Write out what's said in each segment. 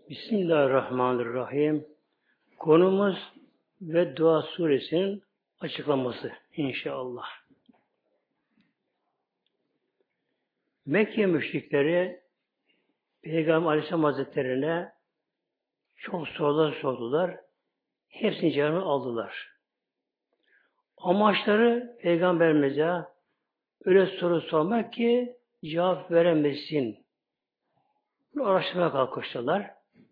Bismillahirrahmanirrahim. Konumuz ve Dua Suresinin açıklaması inşallah. Mekke müşrikleri Peygamber Aleyhisselam Hazretleri'ne çok sorular sordular. Hepsini cevabını aldılar. Amaçları Peygamberimize öyle soru sormak ki cevap veremesin. Bunu araştırmaya kalkıştılar.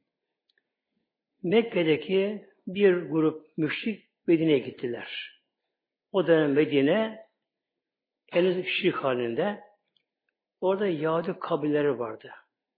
Mekke'deki bir grup müşrik Medine'ye gittiler. O dönem Medine en şirk halinde. Orada Yahudi kabileleri vardı.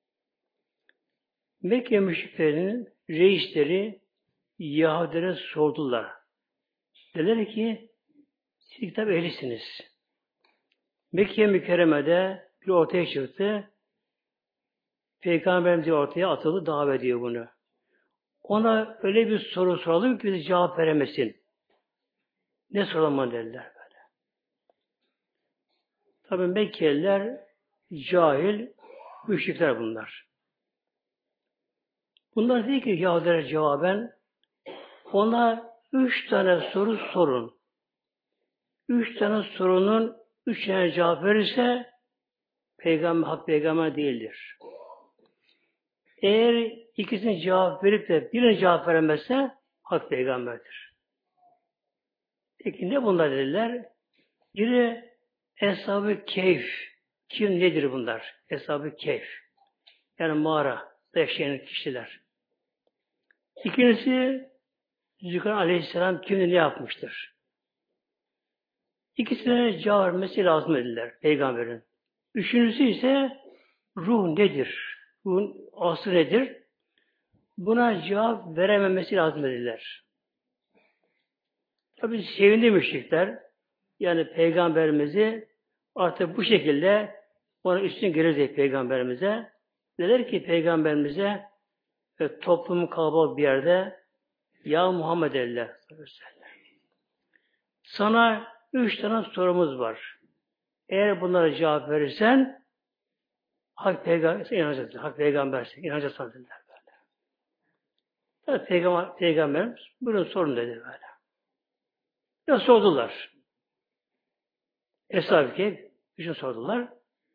Mekke müşriklerinin reisleri Yahudilere sordular. Dediler ki siz kitap ehlisiniz. Mekke mükerremede bir ortaya çıktı. Peygamberimiz ortaya atıldı, davet ediyor bunu. Ona öyle bir soru soralım ki bize cevap veremesin. Ne soralım dediler böyle. Tabii Mekkeliler cahil müşrikler bunlar. Bunlar dedi ki Yahudilere cevaben ona 3 tane soru sorun. 3 tane sorunun 3 tane cevap verirse peygamber hak peygamber değildir. Eğer ikisini cevap verip de birine cevap veremezse hak peygamberdir. Peki ne bunlar dediler? Biri Eshab-ı Kehf. Kim nedir bunlar? Eshab-ı Kehf. Yani mağara yaşayan kişiler. İkincisi Zülkarneyn Aleyhisselam kimdir, ne yapmıştır? İkisine cevap vermesi lazım dediler peygamberin. Üçüncüsü ise ruh nedir? Ruhun aslı nedir? Buna cevap verememesi lazım dediler. Tabi sevindi müşrikler. Yani peygamberimizi artık bu şekilde ona üstün gelecek peygamberimize. Dediler ki peygamberimize toplumun kalabalık bir yerde ya Muhammed dediler. Sana 3 tane sorumuz var. Eğer bunlara cevap verirsen hak peygamberse inanacaksın. Hak peygamberse inanacaksın dediler böyle. Tabii peygamberimiz bunu sorun dedi böyle. Ya sordular. Eshab-ı Kehf üçün sordular.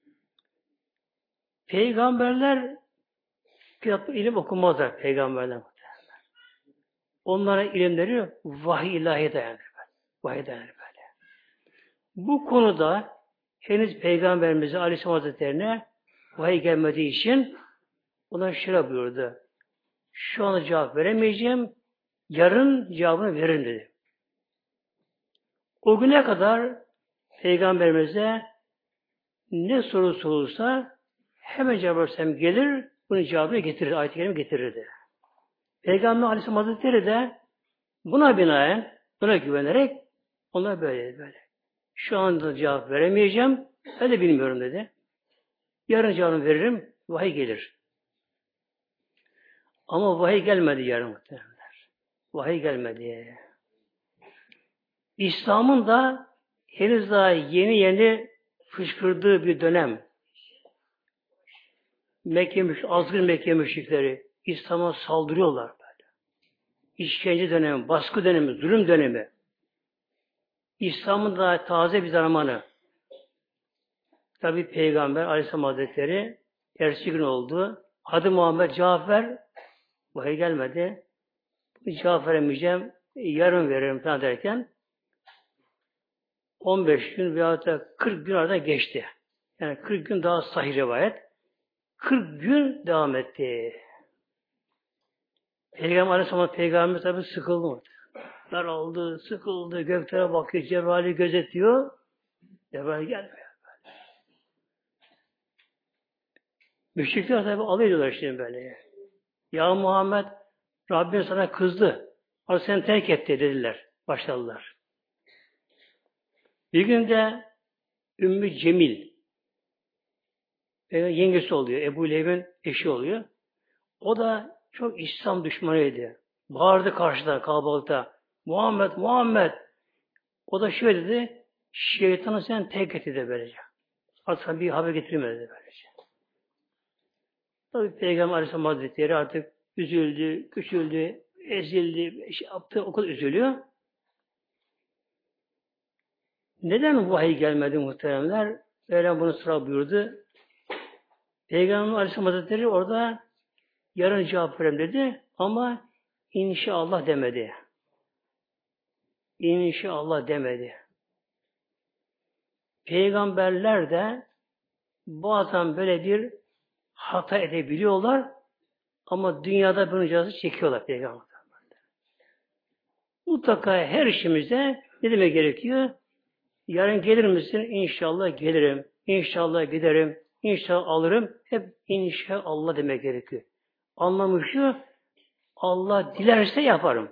Peygamberler kitap ilim okumazlar peygamberler. Onların ilimleri vahiy ilahi dayanır. Vahiy dayanır böyle. Bu konuda henüz Peygamberimize Aleyhisselam Hazretleri'ne vahiy gelmediği için ona şöyle buyurdu. Şu anda cevap veremeyeceğim. Yarın cevabını veririm dedi. O güne kadar Peygamberimize ne soru sorulsa hemen cevap versem gelir, bunun cevabını getirir, ayet-i kerime getirirdi. Peygamber Aleyhisselam Hazretleri de buna binaen, buna güvenerek ona böyle. Şu anda cevap veremeyeceğim, ben de bilmiyorum dedi. Yarın cevabını veririm, vahiy gelir. Ama vahiy gelmedi yarın muhtemelenler. Vahiy gelmedi. İslam'ın da henüz daha yeni fışkırdığı bir dönem. Azgın Mekke müşrikleri İslam'a saldırıyorlar böyle. İşkence dönemi, baskı dönemi, zulüm dönemi. İslam'ın da taze bir zamanı. Tabi Peygamber Aleyhisselam Hazretleri ertesi gün oldu. Hadi Muhammed cevap ver. Vahiy gelmedi. Cevap veremeyeceğim. Yarın veririm falan derken 15 gün veyahut da 40 gün arada geçti. Yani 40 gün daha sahih rivayet. 40 gün devam etti. Peygamber Aleyhisselam Peygamber tabi sıkıldı. Daraldı, sıkıldı, göklere bakıyor, Cebrail'i gözetiyor. Cebrail gelmiyor. Müşrikler tabi alay ediyorlar şimdi böyle. Ya Muhammed, Rabbin sana kızdı. O seni terk etti dediler. Başladılar. Bir gün de Ümmü Cemil yengesi oluyor. Ebu Leheb'in eşi oluyor. O da çok İslam düşmanıydı. Bağırdı karşıda, kalabalıkta. Muhammed, Muhammed. O da şöyle dedi. Şeytanı sen terk etti de böylece. Artık bir haber getirmedi böylece. Tabi Peygamber Aleyhisselam Hazretleri artık üzüldü, küçüldü, ezildi, şey yaptı, o kadar üzülüyor. Neden vahiy gelmedi muhteremler? Mevlam bunu sıra buyurdu. Peygamber Aleyhisselam Hazretleri orada yarın cevap vereyim dedi ama inşallah demedi. İnşallah demedi. Peygamberler de bazen böyle bir hata edebiliyorlar ama dünyada bunun cezası çekiyorlar peygamber. Mutlaka her işimizde ne demek gerekiyor? Yarın gelir misin? İnşallah gelirim. İnşallah giderim. İnşallah alırım. Hep inşallah demek gerekiyor. Anlamı şu, Allah dilerse yaparım.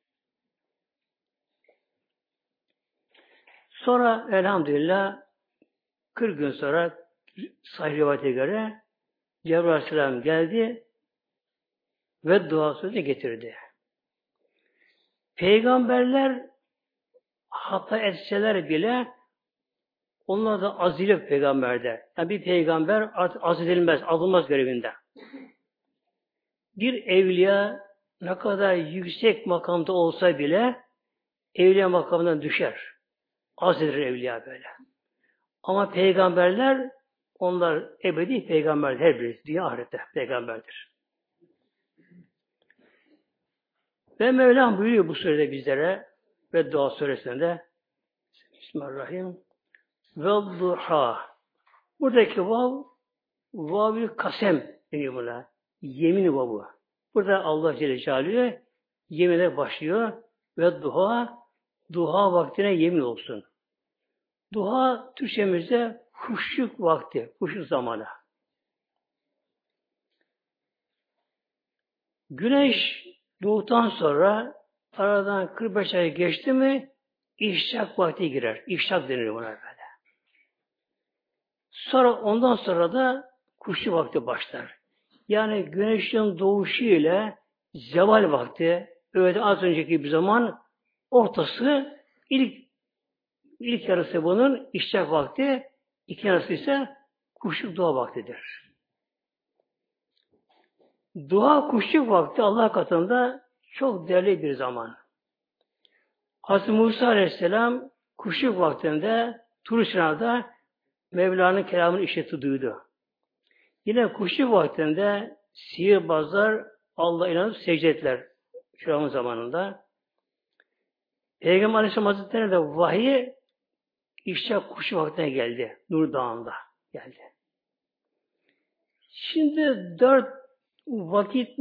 Sonra elhamdülillah 40 gün sonra sahih rivayete göre Cebrail Aleyhisselam geldi ve dua sözü getirdi. Peygamberler hata etseler bile onlar da azil yok peygamberde. Yani bir peygamber azil edilmez, alınmaz görevinde. Bir evliya ne kadar yüksek makamda olsa bile evliya makamından düşer. Azildir evliya böyle. Ama peygamberler onlar ebedi peygamberdir. Her birisi dünya ahirette peygamberdir. Ve Mevlam buyuruyor bu surede bizlere ve Dua suresinde Bismillahirrahmanirrahim ve duha. Buradaki vav-ül kasem deniyor buna. Yemin vavı. Burada Allah Celle Celaluhu yeminle başlıyor ve duha vaktine yemin olsun. Duha Türkçemizde kuşluk vakti, kuşluk zamanı. Güneş doğduktan sonra aradan 45 ay geçti mi işrak vakti girer. İşrak denir buna böyle. Sonra ondan sonra da kuşluk vakti başlar. Yani güneşin doğuşu ile zeval vakti, öyle az önceki bir zaman ortası ilk yarısı bunun işrak vakti, ikinci yarısı ise kuşluk dua vaktidir. Dua kuşluk vakti Allah katında çok değerli bir zaman. Hazreti Musa Aleyhisselam kuşluk vaktinde Tur Sina'da Mevla'nın kelamını işitti duydu. Yine kuşluk vaktinde sihirbazlar Allah'a inanıp secde ettiler Firavun zamanında. Peygamber Aleyhisselam Hazretleri de vahiy işte kuşluk vaktine geldi. Nur Dağı'nda geldi. Şimdi 4 vakit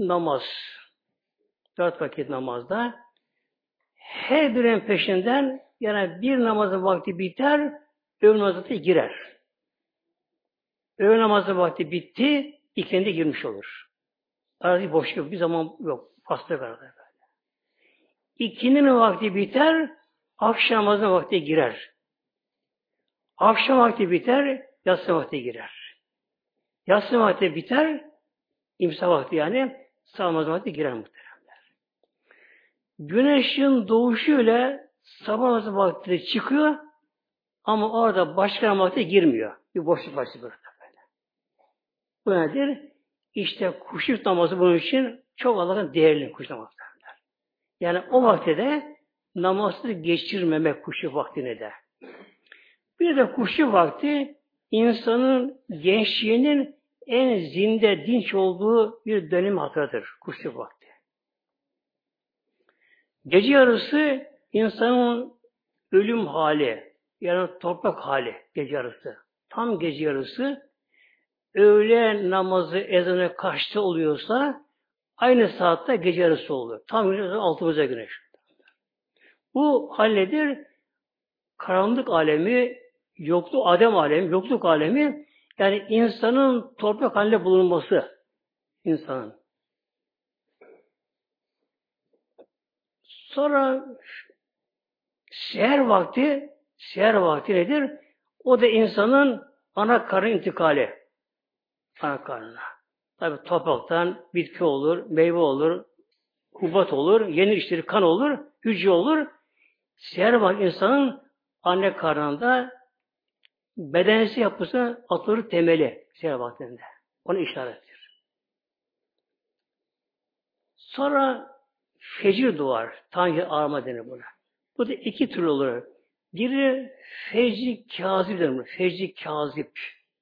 namazda her birinin peşinden yani bir namazın vakti biter, öğle namazı girer. Öğle namazı vakti bitti, ikindi girmiş olur. Arada boşluk bir zaman yok. Faslı arada böyle. İkindinin vakti biter, akşam namazının vakti girer. Akşam vakti biter, yatsı vakti girer. Yatsı vakti biter, imsak vakti yani sabah namazı vakti girer muhteremler. Güneşin doğuşuyla sabah namazı vakti çıkıyor ama orada başka vakti girmiyor. Bir boşluk başlıyor burada böyle. Bu nedir? İşte kuşluk namazı bunun için çok Allah'ın değerli kuşluk namazı. Yani o vaktide namazı geçirmemek kuşluk vaktine de. Bir de kuşluk vakti insanın gençliğinin en zinde, dinç olduğu bir dönem hatırlatır. Kuşluk vakti. Gece yarısı insanın ölüm hali, yani toprak hali gece yarısı. Tam gece yarısı öğle namazı ezanı kaçta oluyorsa aynı saatte gece yarısı olur. Tam altımıza güneş. Bu hal nedir? Karanlık alemi, Adem alemi, yokluk alemi, yani insanın toprak halinde bulunması insanın. Sonra seher vakti nedir? O da insanın ana karnı intikali. Ana karnına. Tabi topraktan bitki olur, meyve olur, hubat olur, yeni işleri kan olur, hücre olur. Seher vakti insanın anne karnında bedensi yapısı atılır temeli seher vaktinde. Onu işarettir. Sonra fecir doğar. Tanrı ağarma denir buna. Bu da iki tür olur. Biri fecri kazip denir. Fecri kazip.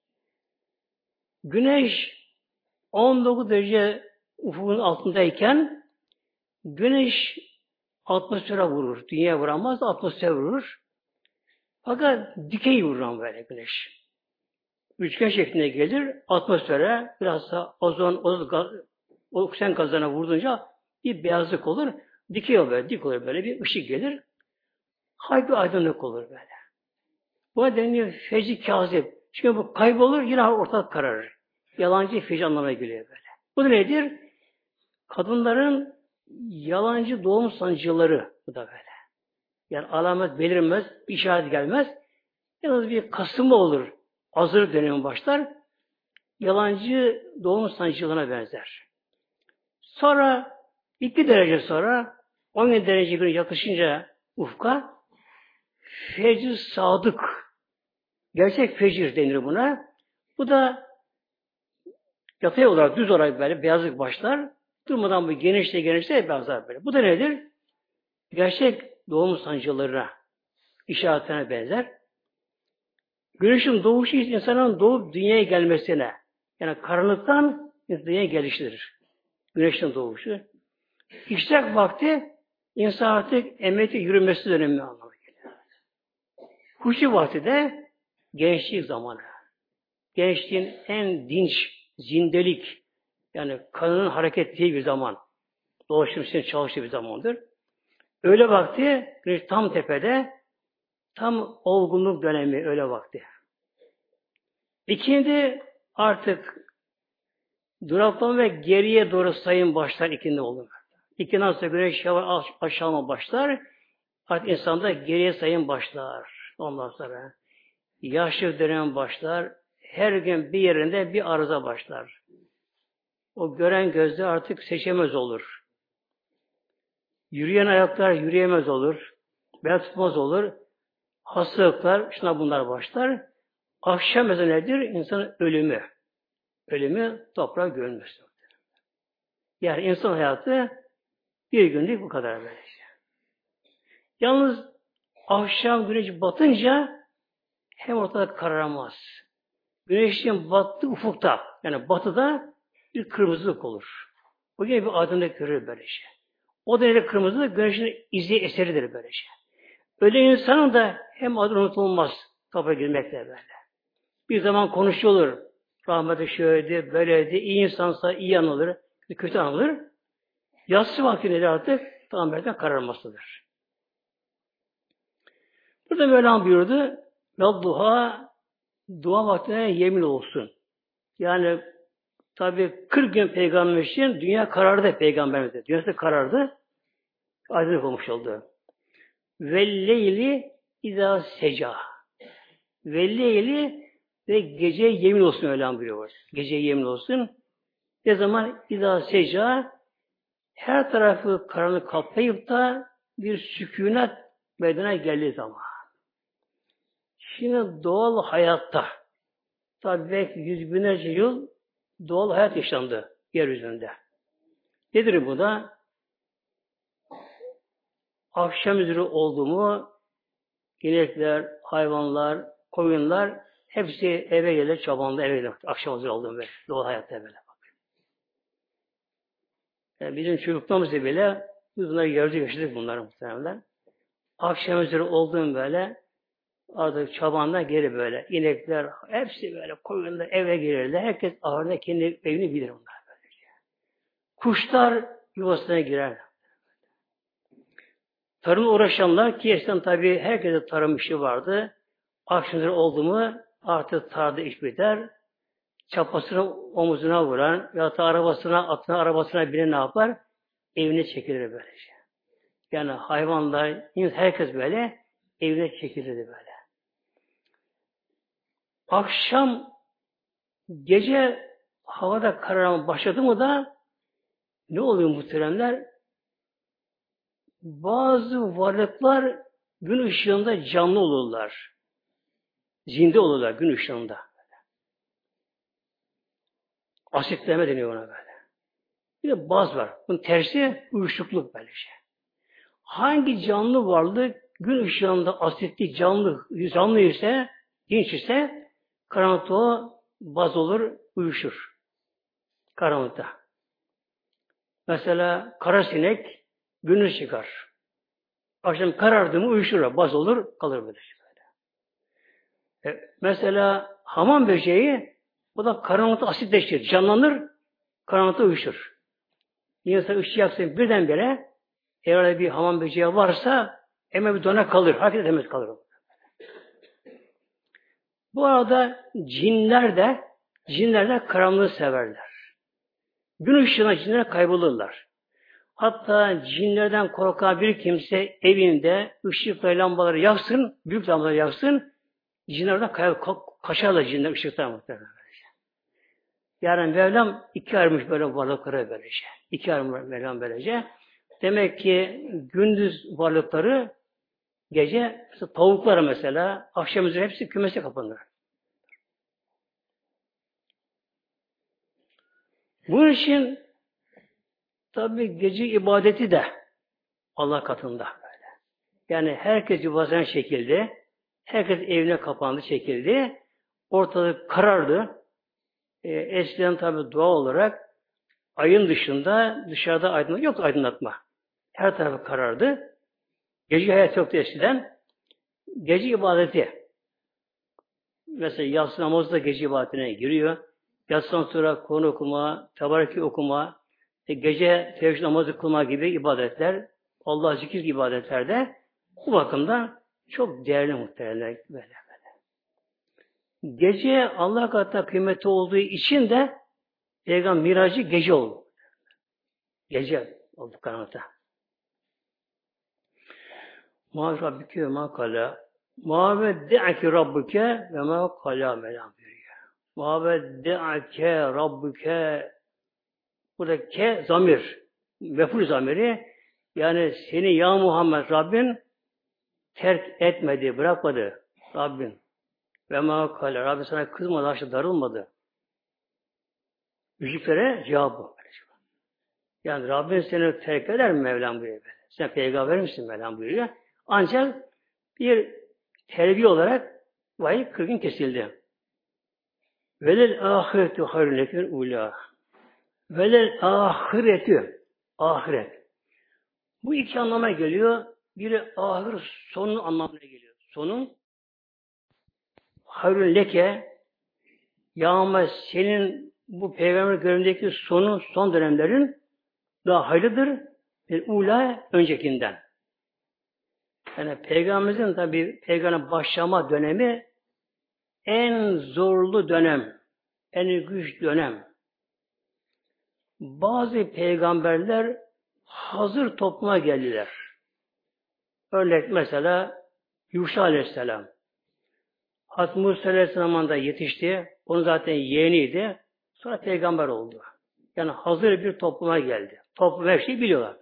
Güneş 19 derece ufukun altındayken güneş atmosfere vurur. Dünyaya vuramaz, atmosfere vurur. Fakat dikey vurur böyle güneş. Üçgen şeklinde gelir, atmosfere biraz da oksijen gazlarına vurduğunca bir beyazlık olur. Dikey olur böyle, dik olur böyle bir ışık gelir. Hafif bir aydınlık olur böyle. Bu deniyor fecri kazip. Çünkü bu kaybolur yine ortalık kararır. Yalancı fecri anlamına geliyor böyle. Bu da nedir? Kadınların yalancı doğum sancıları bu da böyle. Yani alamet belirmez, işaret gelmez. Yalnız bir kasılma olur. Hazır dönemi başlar. Yalancı doğum sancılarına benzer. Sonra 2 derece sonra 17 derece bir yaklaşınca ufka fecr sadık. Gerçek fecir denir buna. Bu da yatay olarak, düz olarak böyle beyazlık başlar. Durmadan bu genişle beyazlar böyle. Bu da nedir? Gerçek doğum sancılarına, işaretine benzer. Güneşin doğuşu insanın doğup dünyaya gelmesine, yani karanlıktan dünyaya geliştirir. Güneşin doğuşu. İşrak vakti insan artık emekli yürümesi dönemi anlamına geliyor. Huşu vakti de gençlik zamanı. Gençliğin en dinç, zindelik, yani kanının hareket ettiği bir zaman. Dolaşım için çalıştığı bir zamandır. Öğle vakti güneş tam tepede, tam olgunluk dönemi öğle vakti. İkindi artık duraklama ve geriye doğru sayım başlar ikindi olur. İkinden sonra güneş yavaş aşağıma başlar. Artık insanda geriye sayım başlar. Ondan sonra yaşlı dönem başlar. Her gün bir yerinde bir arıza başlar. O gören gözde artık seçemez olur. Yürüyen ayaklar yürüyemez olur. Bel tutmaz olur. Hastalıklar, şuna bunlar başlar. Akşam ezanı nedir? İnsanın ölümü. Ölümü toprağa gömmesi. Yani insan hayatı bir günlük bu kadar böylece. Yalnız akşam güneş batınca hem ortada kararamaz. Güneşin battığı ufukta, yani batıda bir kırmızılık olur. O yine bir aydınlık görür böylece. O da kırmızılık güneşin izi eseridir böylece. Öyle insanın da hem adı unutulmaz toprağa girmekle böyle. Bir zaman konuşulur. Rahmeti şöyleydi, böyleydi, iyi insansa iyi anılır, kötü anılır. Yatsı vaktinde artık tamamen kararmasıdır. Burada Mevlam buyurdu, Radduha dua vaktine yemin olsun. Yani tabi 40 gün peygamber için dünya karardı peygamberimize. Dünyası karardı. Aydınlık olmuş oldu. Velleyli izâ seca. Velleyli ve geceye yemin olsun öyle buyuruyor. Geceye yemin olsun. Ne zaman izâ seca her tarafı karanlık kaplayıp da bir sükunet meydana geldiği zaman. Şimdi doğal hayatta tabi belki yüz binlerce yıl doğal hayat yaşandı yeryüzünde. Nedir bu da? Akşam üzeri oldu mu inekler, hayvanlar, koyunlar hepsi eve gelir, çobanlar eve gelir. Akşam üzeri oldu mu doğal hayatta böyle bak. Yani bizim çocukluğumuzda bile biz bunları gördük, yaşadık bunları muhtemelen. Akşam üzeri olduğum böyle artık çobanlar geri böyle. İnekler hepsi böyle koyunlar eve gelirler. Herkes ahırda kendi evini bilir bunlar böylece. Kuşlar yuvasına girer. Tarımla uğraşanlar ki eskiden tabii herkese tarım işi vardı. Akşamları oldu mu artık tarlada iş biter. Çapasını omuzuna vuran ya da arabasına, atına arabasına bile ne yapar? Evine çekilir böylece. Yani hayvanlar, herkes böyle evine çekilirdi böyle. Akşam gece havada kararma başladı mı da ne oluyor muhteremler? Bazı varlıklar gün ışığında canlı olurlar. Zinde olurlar gün ışığında. Asitleme deniyor ona böyle. Bir de baz var. Bunun tersi uyuşukluk böylece. Hangi canlı varlık gün ışığında asitli canlı ise, dinç ise karanlıkta o baz olur, uyuşur. Karanlıkta. Mesela kara sinek gündüz çıkar. Akşam karardı mı uyuşur, baz olur, kalır böyle. Mesela hamam böceği o da karanlıkta asitleşir, canlanır, karanlıkta uyuşur. Yine ışığı yaksın birdenbire eğer bir hamam böceği varsa hemen bir dona kalır, hareket edemez kalır. Bu arada cinler de karanlığı severler. Gün ışığına cinler kaybolurlar. Hatta cinlerden korkan bir kimse evinde ışıkla lambaları yaksın, büyük lambaları yaksın, cinlerden kaçarlar cinler ışıktan muhtemelen. Yani Mevlam iki ayırmış böyle varlıkları böylece. İki ayırmış Mevlam böylece. Demek ki gündüz varlıkları gece tavukları mesela akşam üzeri hepsi kümese kapanır. Bunun için tabi gece ibadeti de Allah katında böyle. Yani herkes ibadeten şekilde, herkes evine kapandı şekilde, ortalık karardı. Eskiden tabi doğal olarak ayın dışında dışarıda aydınlatma yok, aydınlatma. Her tarafı karardı. Gece hayat yoktu eskiden. Gece ibadeti. Mesela yatsı namazı da gece ibadetine giriyor. Yatsıdan sonra Kur'an okuma, tebareki okuma, gece teheccüd namazı kılma gibi ibadetler, Allah zikir gibi ibadetlerde bu bakımdan çok değerli muhtemelen böyle. Gece Allah katında kıymeti olduğu için de Peygamber miracı gece oldu. Gece oldu karanlıkta. Mâ Rabbike ve mâ kalâ. Mâ vedde'ake Rabbuke ve mâ kalâ Mevlam buyuruyor. Mâ vedde'ake Rabbuke. Burada ke zamir. Mef'ul zamiri. Yani seni ya Muhammed Rabbin terk etmedi, bırakmadı. Rabbin. Ve mâ kalâ. Rabbin sana kızmadı, aşağı darılmadı. Müşriklere cevabı. Yani Rabbin seni terk eder mi Mevlam buyuruyor. Sen peygamber misin Mevlam buyuruyor. Ancak bir terbiye olarak vahiy 40 gün kesildi. Velel ahiretu hayrun lekel ula. Velel ahiretü. Ahiret. Bu iki anlama geliyor. Biri ahir sonun anlamına geliyor. Sonun hayrun leke yağma senin bu peygamber görevindeki son dönemlerin daha hayırlıdır. Ula öncekinden. Yani Peygamberimizin tabi peygamber başlama dönemi en zorlu dönem, en güç dönem. Bazı peygamberler hazır topluma geldiler. Örnek mesela Yuşa Aleyhisselam. Hazreti Musa Aleyhisselam'ın da yetişti. Onun zaten yeğeniydi. Sonra peygamber oldu. Yani hazır bir topluma geldi. Toplum her şeyi biliyorlar.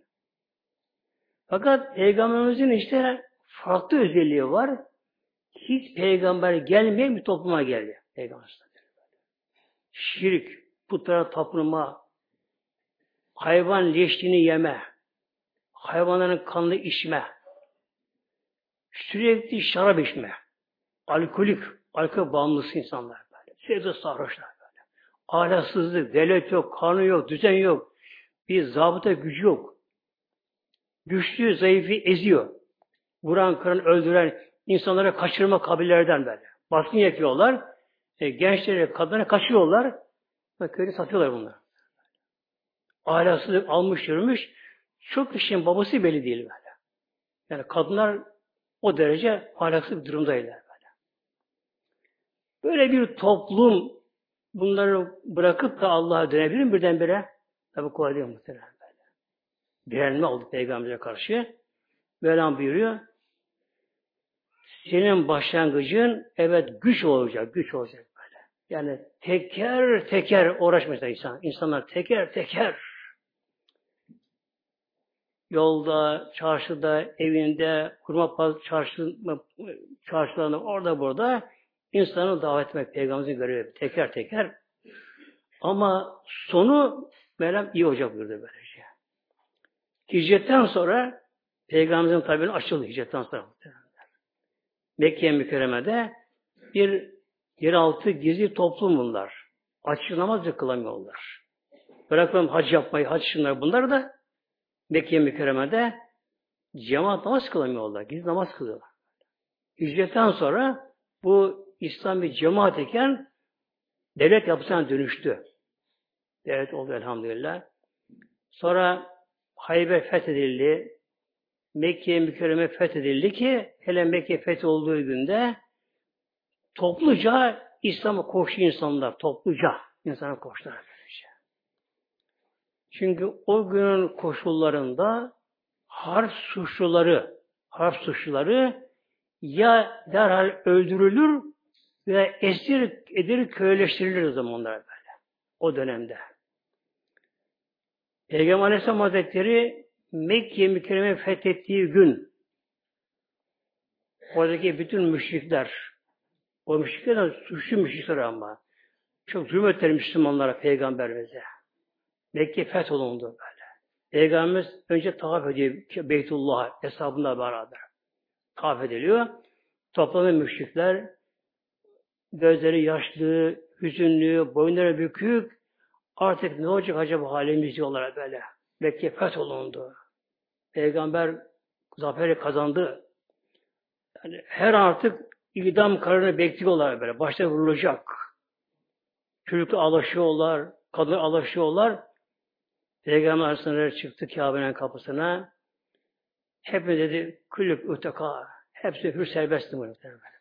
Fakat Peygamberimizin işte farklı özelliği var. Hiç peygamber gelmeyen bir topluma geldi. Peygamber. Şirk, putlara tapınma, hayvan leşliğini yeme, hayvanların kanını içme, sürekli şarap içme, alkol bağımlısı insanlar böyle. Sürekli sarhoşlar böyle. Ahlaksızlık, devlet yok, kanun yok, düzen yok. Bir zabıta gücü yok. Güçlü, zayıfı eziyor. Vuran, kıran, öldüren insanlara kaçırma kabillerden böyle. Baskın yapıyorlar. Gençleri, kadınları kaçırıyorlar. Köyde satıyorlar bunları. Ahlaksızlık almış yürümüş. Çok kişinin babası belli değil böyle. Yani kadınlar o derece ahlaksız bir durumdaydılar böyle. Böyle bir toplum bunları bırakıp da Allah'a dönebilir mi birdenbire? Tabi kolay değil muhtemelen böyle. Direnme oldu Peygamber'e karşı. Mevlam buyuruyor. Senin başlangıcın evet güç olacak böyle. Yani teker teker uğraşmayacak insan. İnsanlar teker teker yolda, çarşıda, evinde, çarşılarında, orada burada insanı davet etmek Peygamberimizin görevi. Teker teker. Ama sonu Mevlam iyi olacak buyurdu böylece. Hicretten sonra Peygamberimizin tabi açıldı hicretten sonra. Mekke mükerremede bir yeraltı gizli toplum bunlar. Açık namaz da kılamıyorlar. Bırakalım hac yapmayı, hac şunlar bunlar da Mekke mükerremede cemaat namaz kılamıyorlar. Gizli namaz kılıyorlar. Hicretten sonra bu İslam bir cemaat iken devlet yapısına dönüştü. Devlet oldu elhamdülillah. Sonra Hayber fethedildi. Mekke mükerreme fethedildi ki hele Mekke fethedildiği günde topluca İslam'a koştu insanlar. Topluca insana koştular. Çünkü o günün koşullarında harp suçluları ya derhal öldürülür veya esir edilir, köleleştirilir o zamanlar böyle. O dönemde. Peygamber Aleyhisselam Hazretleri Mekke mükerreme fethettiği gün oradaki bütün müşrikler, o müşrikler de suçlu müşrikler ama çok zulmetler Müslümanlara, Peygamberimize. Mekke fetholundu böyle. Peygamberimiz önce tavaf ediyor Beytullah hesabında beraber. Tavaf ediliyor. Toplanıyor müşrikler. Gözleri yaşlı, hüzünlü, boynları bükük. Artık ne olacak acaba halimiz diyorlar böyle. Mekke fetholundu. Peygamber zaferi kazandı. Yani her artık idam kararını bekliyorlar böyle. Başta vurulacak. Çocuklar alışıyorlar, kadınlar alışıyorlar. Peygamber Aleyhisselam çıktı Kabe'nin kapısına. Hep dedi küllük üteka. Hepsi hür serbestti bunu.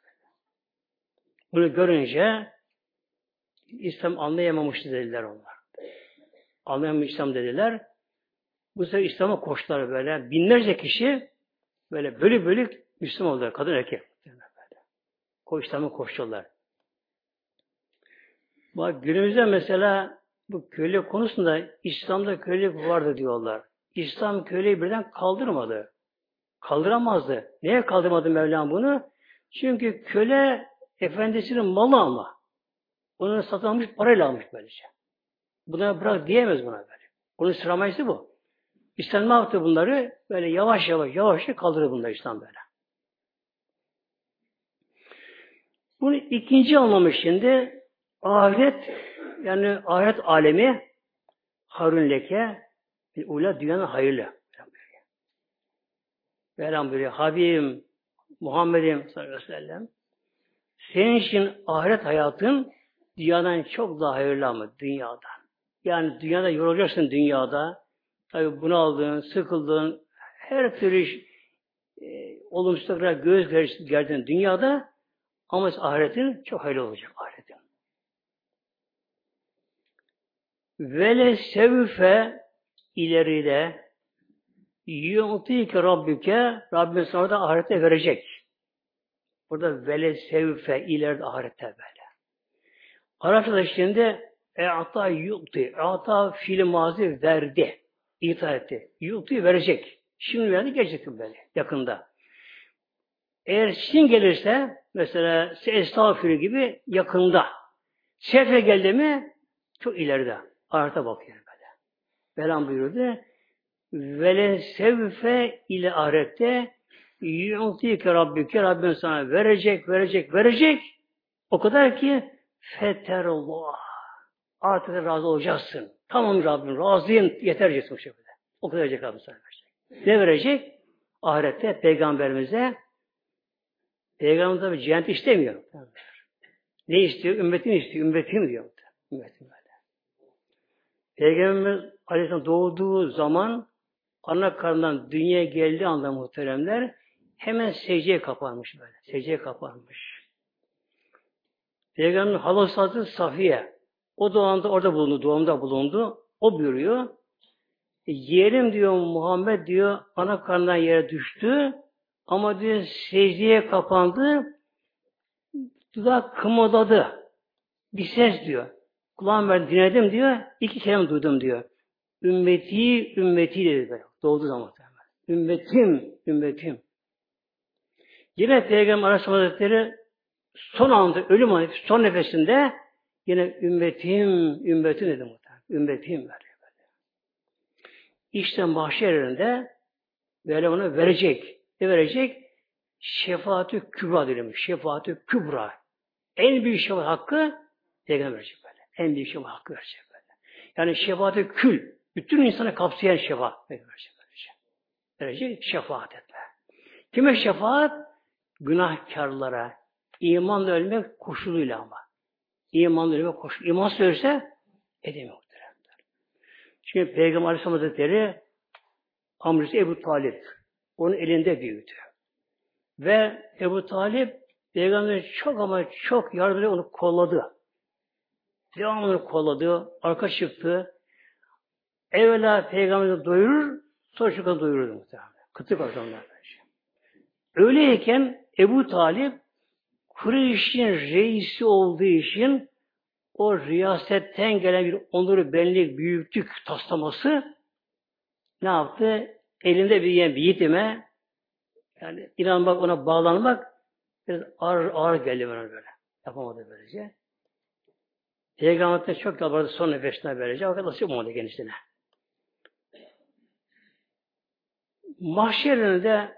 Bunu görünce İslam anlayamamıştı dediler onlar. Anlayamamış İslam dediler. Bu sefer İslam'a koştular böyle. Binlerce kişi böyle bölük Müslüman oldular. Kadın erkek. İslam'a koştular. Bak günümüzde mesela bu köle konusunda İslam'da kölelik vardı diyorlar. İslam köleyi birden kaldırmadı. Kaldıramazdı. Neye kaldırmadı Mevlam bunu? Çünkü köle efendisinin malı ama. Onu satın almış, parayla almış böylece. Buna bırak diyemez buna böyle. Onun sıramayısı bu. İslam ne yaptı bunları? Böyle yavaş kaldırdı bunları İslam böyle. Bunu ikinci anlamı şimdi ahiret, yani ahiret alemi Harun leke ula dünyanın hayırlı. Mevlam buyuruyor. Habibim Muhammed'im sallallahu aleyhi ve sellem senin için ahiret hayatın dünyadan çok daha hayırlı ama dünyadan. Yani dünyada yorulacaksın dünyada. Tabi bunaldığın, sıkıldığın, her türlü olumsuzluklara göz gerdiğin dünyada ama ahiretin çok hayırlı olacak ahiretin. Vele sevfe ileride yu'tike Rabbike Rabbin sana da ahirette verecek. Burada vele sevfe ileride ahirette böyle. Arapçada şimdi ata yu'ti. Ata fiil mazi verdi. İta etti. Yu'ti verecek. Şimdi verdi gelecek böyle yakında. Eğer sin gelirse mesela estağfirü gibi yakında. Sefe geldi mi çok ileride. Ahirete bakıyor böyle. Velan buyurdu. Vele sevfe ile ahirette yu'tike Rabbike Rabbin sana verecek. O kadar ki feterullah. Artık razı olacaksın. Tamam Rabbim razıyım yeter diyeceksin bu şekilde. O kadar verecek Rabbim sana verecek. Ne verecek? Ahirette Peygamberimize Peygamber bir cennet istemiyor. Ne istiyor? Ümmetini istiyor. Ümmetim diyor. Ümmetim böyle. Peygamberimiz Aleyhisselam doğduğu zaman ana karnından dünyaya geldiği anda muhteremler hemen secdeye kapanmış böyle. Secdeye kapanmış. Peygamberin halası adı Safiye. O doğanda orada bulundu. Doğumda bulundu. O buyuruyor. Yeğenim diyor Muhammed diyor ana karnından yere düştü. Ama diyor secdeye kapandı. Dudak kımıldadı. Bir ses diyor. Kulağım ben dinledim diyor. 2 kelime duydum diyor. Ümmeti dedi böyle. Doğduğu zaman. Ümmetim. Yine Peygamber Aleyhisselam Hazretleri son anda, ölüm son nefesinde yine ümmetim dedi muhtemelen. Ümmetim böyle. İşte mahşer yerinde böyle ona verecek. Ne verecek? Şefaat-ü kübra diyelim. Şefaat-ü kübra. En büyük şefaat hakkı Peygamber verecek böyle. En büyük şefaat hakkı verecek böyle. Yani şefaat-ü kül. Bütün insanı kapsayan şefaat verecek. Verecek şefaat etme. Kime şefaat? Günahkarlara. İmanla ölmek koşuluyla ama. İmanla ölmek koşulu. İman söylerse edemiyor. Şimdi Peygamber Aleyhisselam Hazretleri amcası Ebu Talip onun elinde büyüdü. Ve Ebu Talip Peygamber'e çok ama çok yardımcı onu kolladı. Devamlı onu kolladı. Arka çıktı. Evvela Peygamber'i doyurur, sonra çocukları doyururdu muhtemelen. Kıtlık ortamlar. Öyleyken Ebu Talip Kureyş'in reisi olduğu için o riyasetten gelen bir onuru, benlik, büyüklük taslaması ne yaptı? Elinde bir yetime yani inanmak, ona bağlanmak biraz ağır geldi bana böyle. Yapamadı böylece. Peygamber'den çok yalvardı son nefesine böylece. O kadar nasip olmadı kendisine. Mahşerinde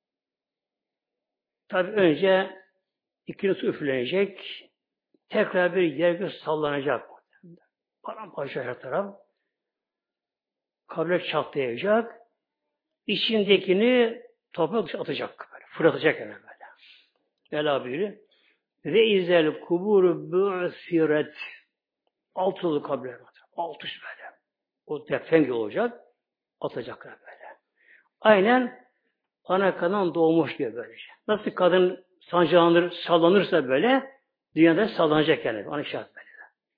tabi önce ikincisi üflenecek. Tekrar bir yer sallanacak. Paramparça her taraf. Kabir çatlayacak. İçindekini toprak atacak. Böyle, fırlatacak yani böyle. Vela buyuruyor. Ve izel kuburu bu'siret. Altılı kabirler. Alt üst böyle. O defeng olacak. Atacaklar böyle. Aynen ana kadın doğmuş gibi böylece. Nasıl kadın sancılanır, sallanırsa böyle dünyada sallanacak yani. Ana şart böyle.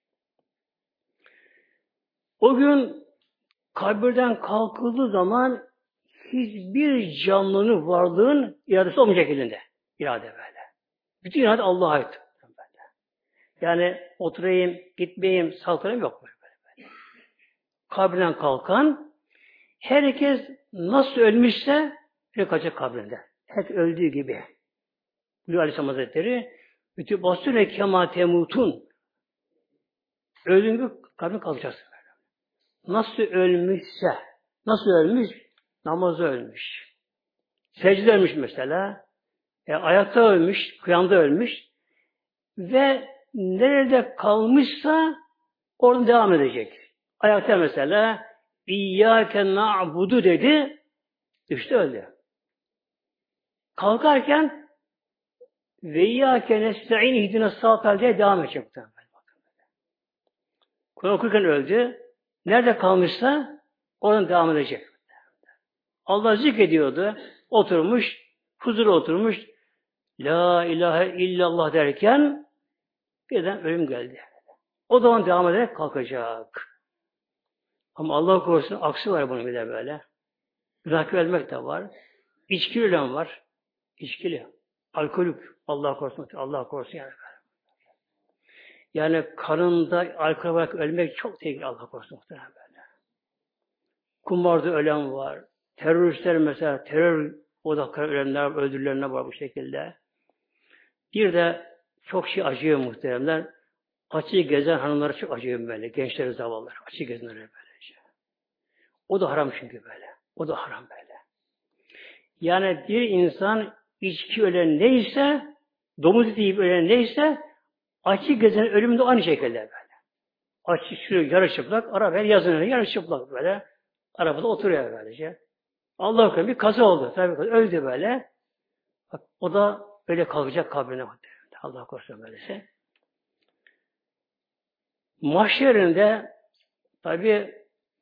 O gün kabirden kalkıldığı zaman hiçbir canlının varlığın iradesi olmayacak elinde. İrade böyle. Bütün irade Allah'a ait. Yani oturayım, gitmeyeyim, saltanayım yok böyle. Kabirden kalkan herkes nasıl ölmüşse kaçacak kabrinde. Hep öldüğü gibi. Buyuruyor Aleyhisselam Hazretleri bütün basüne kema temutun öldüğün gibi kabrine kalacaksın. Nasıl ölmüş? Namazda ölmüş. Secde ölmüş mesela. Ayakta ölmüş, kıyamda ölmüş. Ve nerede kalmışsa oradan devam edecek. Ayakta mesela İyyâke na'budu dedi. İşte öldü. Kalkarken ve İyyâke nesta'in ihdine sâtal diye devam edecek. Kur'an okurken öldü. Nerede kalmışsa oradan devam edecek. Allah zikrediyordu. Oturmuş, huzura oturmuş. La ilahe illallah derken birden ölüm geldi. O zaman devam ederek kalkacak. Ama Allah korusun aksi var bunun bir de böyle. Günah ölmek de var. İçki ölen var. İçkili. Alkolik. Allah korusun. Allah korusun yani. Yani kanında alkol olarak ölmek çok tehlikeli Allah korusun muhtemelen böyle. Kumarda ölen var. Teröristler mesela terör odakları ölenler, öldürülenler var bu şekilde. Bir de çok şey acıyor muhteremler. Açığı gezen hanımlara çok acıyor böyle. Gençleri zavallılar. Açığı gezenler böylece. O da haram çünkü böyle. O da haram böyle. Yani bir insan içki ölen neyse, domuz eti yiyip ölen neyse, açığı gezen ölümü de aynı şekilde böyle. Açık sürüyor, yarı çıplak, arabaya yazın yarı çıplak böyle. Arabada oturuyor böylece. Allah korusun bir kaza oldu. Tabii öldü böyle. Bak, o da öyle kalkacak kabrine. Allah korusun böylece. Mahşerinde tabi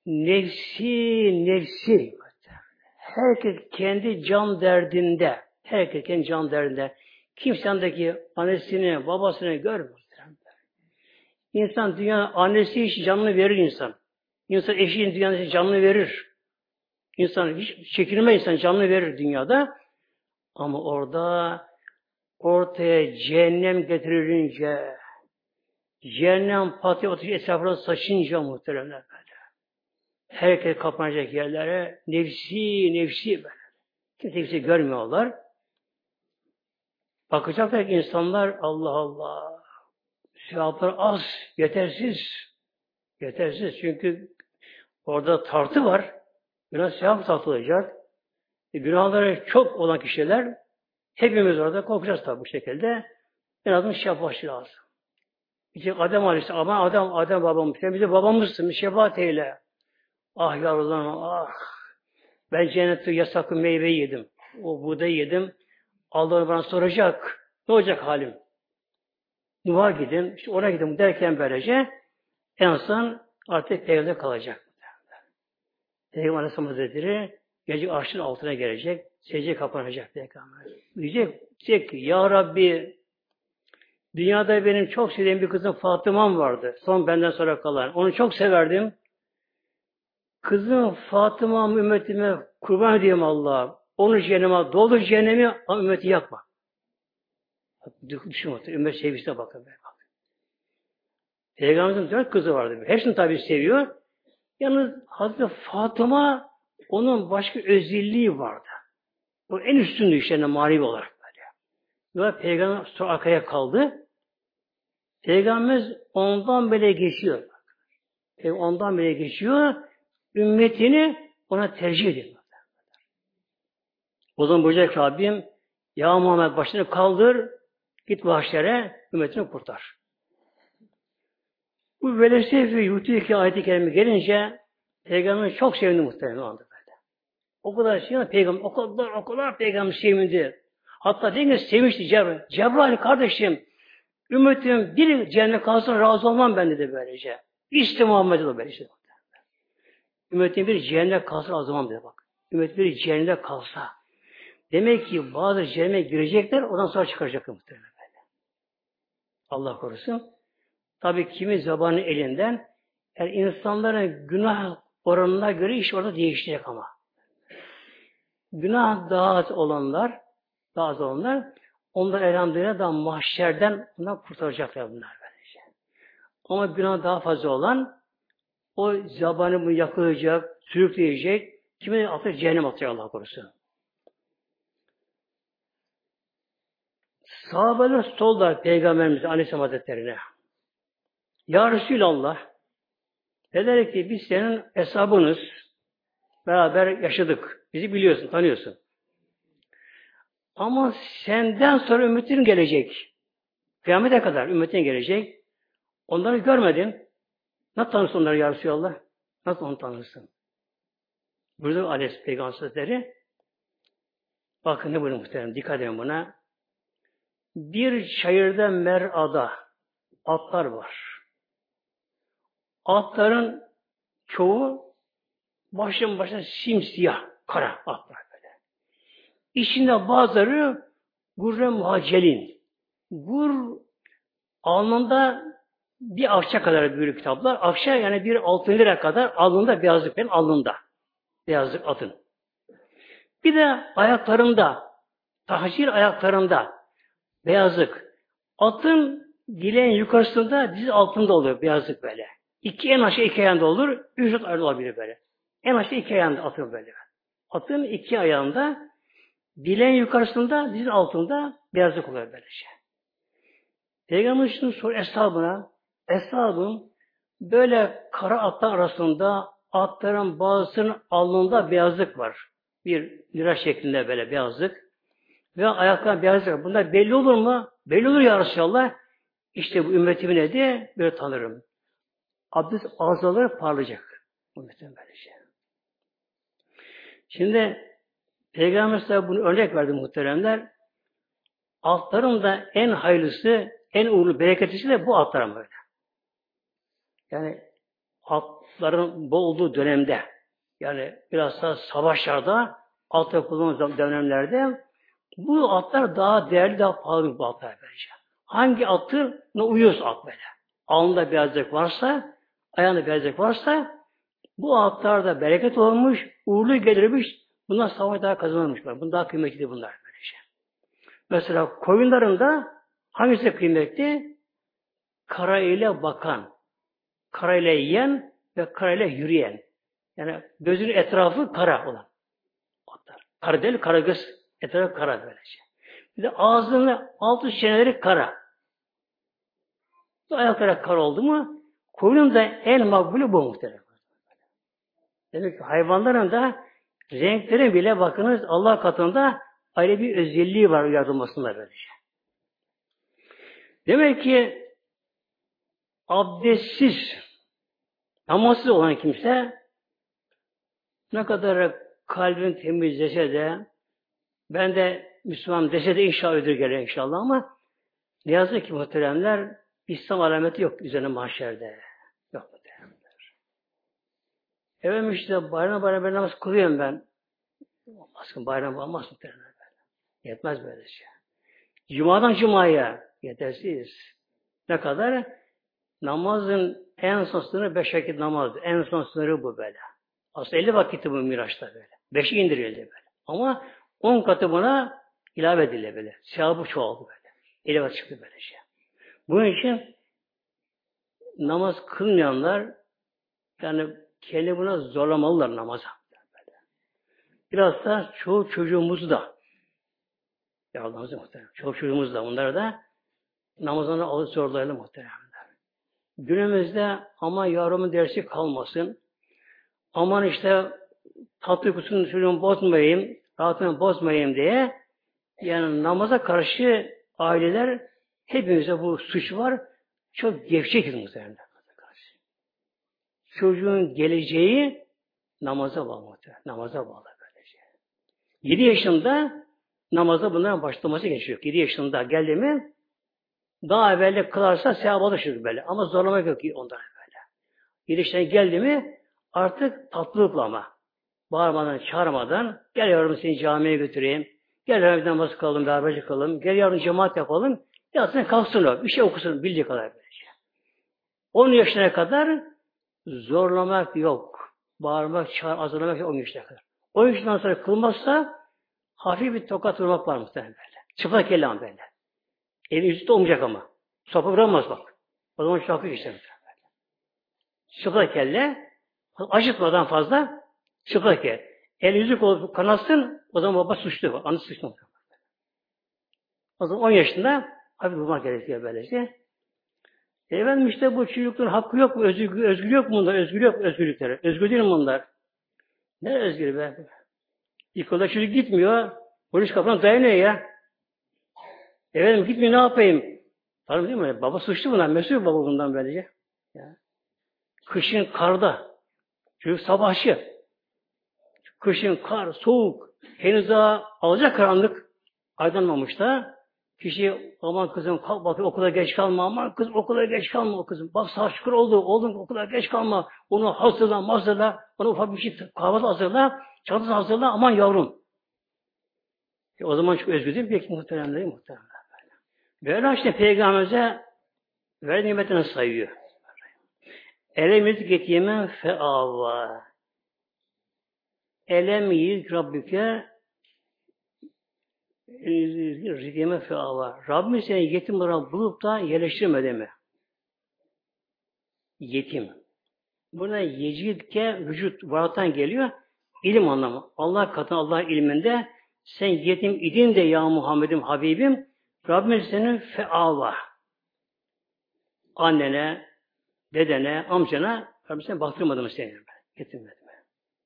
nefsi herkes kendi can derdinde, herkes kendi can derdinde. Kimsendeki annesini, babasını görmüyor. İnsan dünya annesi için canını verir insan. İnsan eşinin dünyada için canını verir. İnsan hiç çekilmez, insan canını verir dünyada. Ama ortaya cehennem getirilince, cehennem patı ateşi etrafına saçınca muhteremler böyle. Herkes kapanacak yerlere nefsi böyle. Kimse görmüyorlar. Bakacaklar ki insanlar Allah Allah sevaplar az, yetersiz. Yetersiz çünkü orada tartı var. Günah sevap satılacak. Günahları çok olan kişiler hepimiz orada korkacağız tabi bu şekilde. En azından şefaat lazım. İşte Adem Aleyhisselam, ama Adem babamız, sen bize babamızsın, şefaat eyle. Ah yavrularım, ah. Ben cennette yasaklı meyveyi yedim. O buğdayı yedim. Allah bana soracak. Ne olacak halim? Nuh'a gidin, işte oraya gidin derken böylece en son artık peygamber kalacak. Peygamber Aleyhisselam Hazretleri gece arşın altına gelecek. Secdeye kapanacak peygamber. Diyecek ki ya Rabbi, dünyada benim çok sevdiğim bir kızım Fatıma'm vardı. Son benden sonra kalan. Onu çok severdim. Kızım Fatıma'm ümmetime kurban edeyim Allah'a. Onu cehenneme doldur cehennemi ama ümmeti yakma. Düşün bakın. Ümmet sevgisine bakın. Peygamberimizin 4 kızı vardı. Hepsini tabii seviyor. Yalnız Hazreti Fatıma onun başka özelliği vardı. O en üstündü işlerine manevi olarak böyle. Ve Peygamber sonra arkaya kaldı. Peygamberimiz ondan bile geçiyor. Ondan bile geçiyor. Ümmetini ona tercih ediyor. O zaman buyuracak Rabbim, ya Muhammed başını kaldır, git mahşere, ümmetini kurtar. Bu Velesef ve Yutiki ayet-i kerime gelince Peygamber çok sevindi muhtemelen o anda böyle. O kadar sevindi Peygamber, o kadar Peygamber sevindi. Hatta değil sevinçti Cebrail. Cebrail kardeşim, ümmetim bir cennet kalsın razı olmam ben dedi böylece. İşte Muhammed'e de böyle işte. Ümmetim bir cennet kalsın razı olmam dedi bak. Ümmetim bir cennet kalsa. Demek ki bazı cehenneme girecekler, ondan sonra çıkaracaklar muhtemelen böyle. Allah korusun. Tabii kimi zabanın elinden, yani insanların günah oranına göre iş orada değişecek ama. Günah daha az olanlar, onlar elhamdülillah da mahşerden bundan kurtaracaklar bunlar böylece. Ama günah daha fazla olan, o zabanı bunu yakılacak, sürükleyecek, kimi atacak, cehennem atacak Allah korusun. Sahabeler sordular Peygamberimiz Aleyhisselam Hazretleri'ne. Ya Resulallah, dediler ki biz senin hesabınız, beraber yaşadık. Bizi biliyorsun, tanıyorsun. Ama senden sonra ümmetin gelecek. Kıyamete kadar ümmetin gelecek. Onları görmedin. Nasıl tanırsın onları ya Resulallah? Nasıl onu tanırsın? Burada Aleyhisselam Peygamber Hazretleri, bakın ne buyuruyor muhtemelen, dikkat edin buna. Bir çayırda mer'ada atlar var. Atların çoğu başına simsiyah, kara atlar böyle. İçinde bazıları gurre muhacelin. Alnında bir akça kadar büyük kitaplar. Akça yani bir 6 lira kadar alnında beyazlık benim alnında. Beyazlık atın. Bir de ayaklarında, tahcir ayaklarında beyazlık. Atın dileğin yukarısında diz altında oluyor beyazlık böyle. En aşağı 2 ayağında olur, 3 ayrı olabilir böyle. En aşağı 2 ayağında atın böyle. Atın 2 ayağında dileğin yukarısında diz altında beyazlık oluyor böylece. Peygamber şunu soruyor eshabım böyle kara atlar arasında atların bazısının alnında beyazlık var. Bir lira şeklinde böyle beyazlık. Ve ayaklarına beyazlık var. Bunlar belli olur mu? Belli olur ya Resulallah. İşte bu ümmetimin dedi, böyle tanırım. Abdest ağızları parlayacak. Ümmetin böylece. Şimdi Peygamber size bunu örnek verdi muhteremler. Altların da en hayırlısı, en uğurlu, bereketlisi de bu altların böyle. Yani atların bol olduğu dönemde, yani biraz da savaşlarda, atlar kullanılan dönemlerde bu atlar daha değerli, daha pahalı bu atlar böylece. Hangi atına uyuyorsa at böyle. Alnında beyazlık varsa, ayağında beyazlık varsa, bu atlarda bereket olmuş, uğurlu gelirmiş, bunlar savaş daha kazanılmış. Bunlar daha kıymetli bunlar böylece. Mesela koyunlarında hangisi kıymetli? Kara ile bakan, kara ile yiyen ve kara ile yürüyen. Yani gözünün etrafı kara olan atlar. Kara değil, kara göz etrafı kara böylece. Bir de ağzının altı çeneleri kara. Ayakları kara oldu mu koyunun da en makbulü bu muhtemelen. Demek ki hayvanların da renkleri bile bakınız Allah katında ayrı bir özelliği var yaratılmasında böylece. Demek ki abdestsiz, namazsız olan kimse ne kadar kalbin temizlese de ben de Müslüman dese de inşallah ödül gelir inşallah ama ne yazık ki muhteremler İslam alameti yok üzerine mahşerde. Yok muhteremler. Efendim işte bayram ben namaz kılıyorum ben. Olmaz ki bayram olmaz muhteremler. Yetmez böyle şey. Cuma'dan Cuma'ya yetersiz. Ne kadar? Namazın en son sınırı 5 vakit namazdı. En son sınırı bu böyle. Aslında 50 vakitti bu Miraç'ta böyle. 5'i indirildi böyle. Ama 10 katı buna ilave edildi böyle. Sevabı çoğaldı böyle. 50 vakit çıktı böyle şey. Bunun için namaz kılmayanlar yani kendi buna zorlamalılar namaza. Böyle. Biraz da çoğu çocuğumuzu da yardımcı muhtemelen. Çoğu çocuğumuz da onları da namazını alıp zorlayalım muhtemelen. Günümüzde aman yavrumun dersi kalmasın. Aman işte tatlı uykusunu çocuğumu bozmayayım, rahatını bozmayayım diye yani namaza karşı aileler hepimize bu suç var. Çok gevşekiz muhtemelen. Çocuğun geleceği namaza bağlı muhtemelen. Namaza bağlı böylece. 7 yaşında namaza bunların başlaması geçiyor. 7 yaşında geldi mi daha evvel kılarsa sevap alır böyle. Ama zorlamak yok ki ondan böyle. 7 yaşına geldi mi artık tatlılıkla ama. Bağırmadan, çağırmadan gel yavrum seni camiye götüreyim. Gel yavrum namaz kılalım, beraberce kılalım. Gel yavrum cemaat yapalım. Yatsın kalksın o. Bir şey okusun bildiği kadar böylece. 10 yaşına kadar zorlamak yok. Bağırmak, hazırlamak yok 10 yaşına kadar. 10 yaşından sonra kılmazsa hafif bir tokat vurmak var muhtemelen böyle. Çıplak elle ama böyle. Eli yüzü de olmayacak ama. Sopa vuramaz bak. O zaman çok hafif işte böyle. Çıplak elle acıtmadan fazla çıplak elle. El yüzü kanatsın o zaman baba suçlu. Anı suçlu. O zaman 10 yaşında hafif vurmak gerekiyor böylece. Efendim işte bu çocukların hakkı yok mu? Özgür yok mu bunlar? Özgür yok özgürlükleri. Özgür değil mi bunlar? Ne özgür be? İlkokulda çocuk gitmiyor. Polis kapına dayanıyor ya. Efendim gitmiyor ne yapayım? Tanrım değil mi? Baba suçlu bunlar. Mesul baba bundan böylece. Ya. Kışın karda. Çocuk sabahçı. Kışın kar, soğuk. Henüz daha alacak karanlık. Aydınmamış da. Kişi aman kızım kalk bakın okula geç kalma. Aman kızım okula geç kalma kızım. Bak saat şükür oldu. Oğlum okula geç kalma. Onu hazırla. Ona ufak bir şey kahvaltı hazırla. Çantası hazırla. Aman yavrum. O zaman çok özgür değil mi? Peki muhterem değil muhterem. Böyle işte Peygamberimize verdiği nimetini sayıyor. Elem yüzük yemen feava. Elem yüzük Rabbüke yemen feava. Rabbim seni yetim olarak bulup da yerleştirmedi mi? Yetim. Buna yecidke vücut varattan geliyor. İlim anlamı. Allah katında Allah ilminde sen yetim idin de ya Muhammed'im Habibim Rabbim senin feava. Annene, dedene, amcana Rabbim seni baktırmadı mı seni? Getirmedi mi?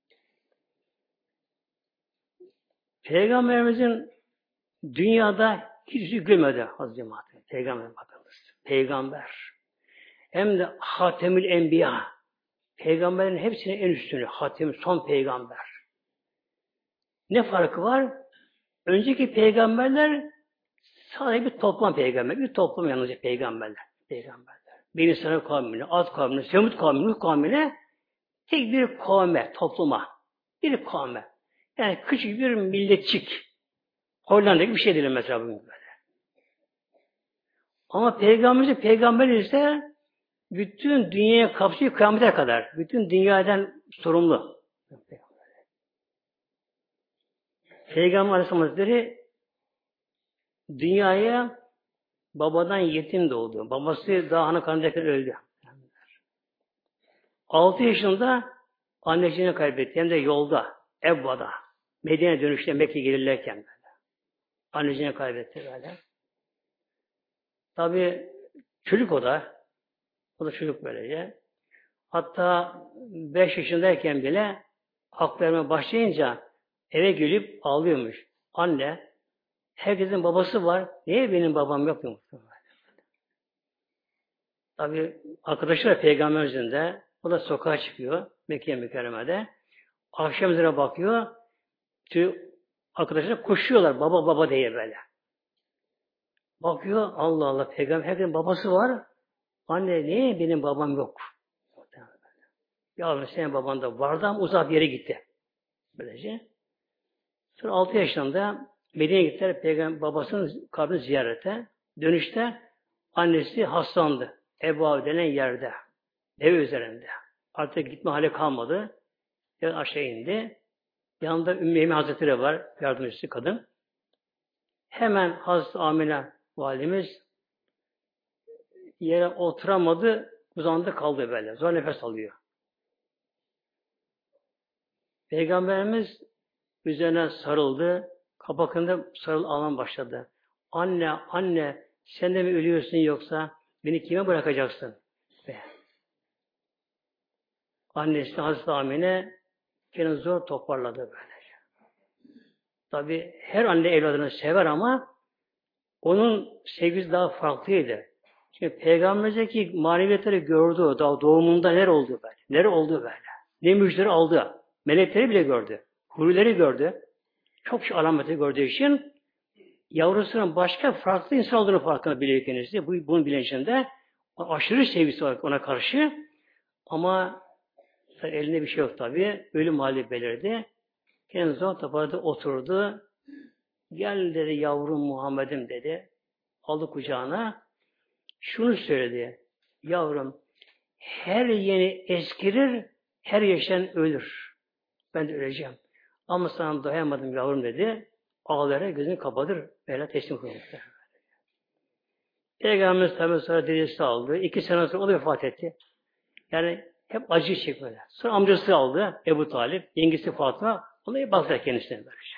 Peygamberimizin dünyada hiç yüzü gülmedi Hazreti Cemaat. Peygamber bakınız. Peygamber. Hem de Hatemül Enbiya. Peygamberin hepsinin en üstünü. Hatem, son peygamber. Ne farkı var? Önceki peygamberler sadece bir toplam peygamber. Bir toplum yalnızca peygamberler. Peygamberler. Bir insanın kavmine, Ad kavmine, Semud kavmine, Nuh kavmine tek bir kavme, topluma. Bir kavme. Yani küçük bir milletçik. Hollanda gibi bir şey değil mesela bugün böyle. Ama peygamber ise bütün dünyaya kapsıyor kıyamete kadar. Bütün dünyadan sorumlu. Peygamber Aleyhisselam Hazretleri dünyaya babadan yetim doğdu. Babası daha ana karnındayken öldü. 6 yaşında anneciğini kaybetti. Hem de yolda, Ebba'da. Medine dönüşte Mekke'ye gelirlerken böyle. Anneciğini kaybetti böyle. Tabi çocuk o da çocuk böylece. Hatta 5 yaşındayken bile hak vermeye başlayınca eve gelip ağlıyormuş. Anne, herkesin babası var. Niye benim babam yok mu? Tabi arkadaşlar Peygamber üzerinde, o da sokağa çıkıyor Mekke mükerremede. Akşam üzere bakıyor. Arkadaşlar koşuyorlar baba baba diye böyle. Bakıyor Allah Allah Peygamber herkesin babası var. Anne niye benim babam yok? Yavrum senin baban da vardı ama uzak bir yere gitti. Böylece. Sonra 6 yaşında Medine'ye gittiler Peygamber babasının kabrini ziyarete. Dönüşte annesi hastalandı. Ebu denen yerde. Ev üzerinde. Artık gitme hali kalmadı. Yani aşağı indi. Yanında Ümmü Emin Hazretleri var. Yardımcısı kadın. Hemen Hazreti Amine validemiz yere oturamadı. Uzandı kaldı böyle. Zor nefes alıyor. Peygamberimiz üzerine sarıldı. Kapakında ağlamaya başladı. Anne, anne sen de mi ölüyorsun yoksa beni kime bırakacaksın? Annesi Hazreti Amine kendini zor toparladı böylece. Tabi her anne evladını sever ama onun sevgisi daha farklıydı. Çünkü Peygamberimizdeki maneviyatları gördü. Daha doğumunda neler oldu böyle? Neler oldu böyle? Ne müjdeleri aldı? Melekleri bile gördü. Hurileri gördü. Çok şey alameti gördüğü için yavrusunun başka farklı insan olduğunu farkında biliyor kendisi. Bunun bilincinde aşırı sevgisi var ona karşı. Ama elinde bir şey yok tabii. Ölüm hali belirdi. Kendisi zor toparladı, oturdu. Gel dedi yavrum Muhammed'im dedi. Aldı kucağına. Şunu söyledi. Yavrum her yeni eskirir, her yaşayan ölür. Ben de öleceğim. Ama sana dayanmadım yavrum dedi. Ağlayarak gözünü kapatır. Böyle teslim koymuşlar. Peygamberimiz tabi sonra dedesi aldı. 2 sene sonra o da vefat etti. Yani hep acı çekmedi. Sonra amcası aldı. Ebu Talip. Yengesi Fatıma. Ona baktılar kendisine böylece.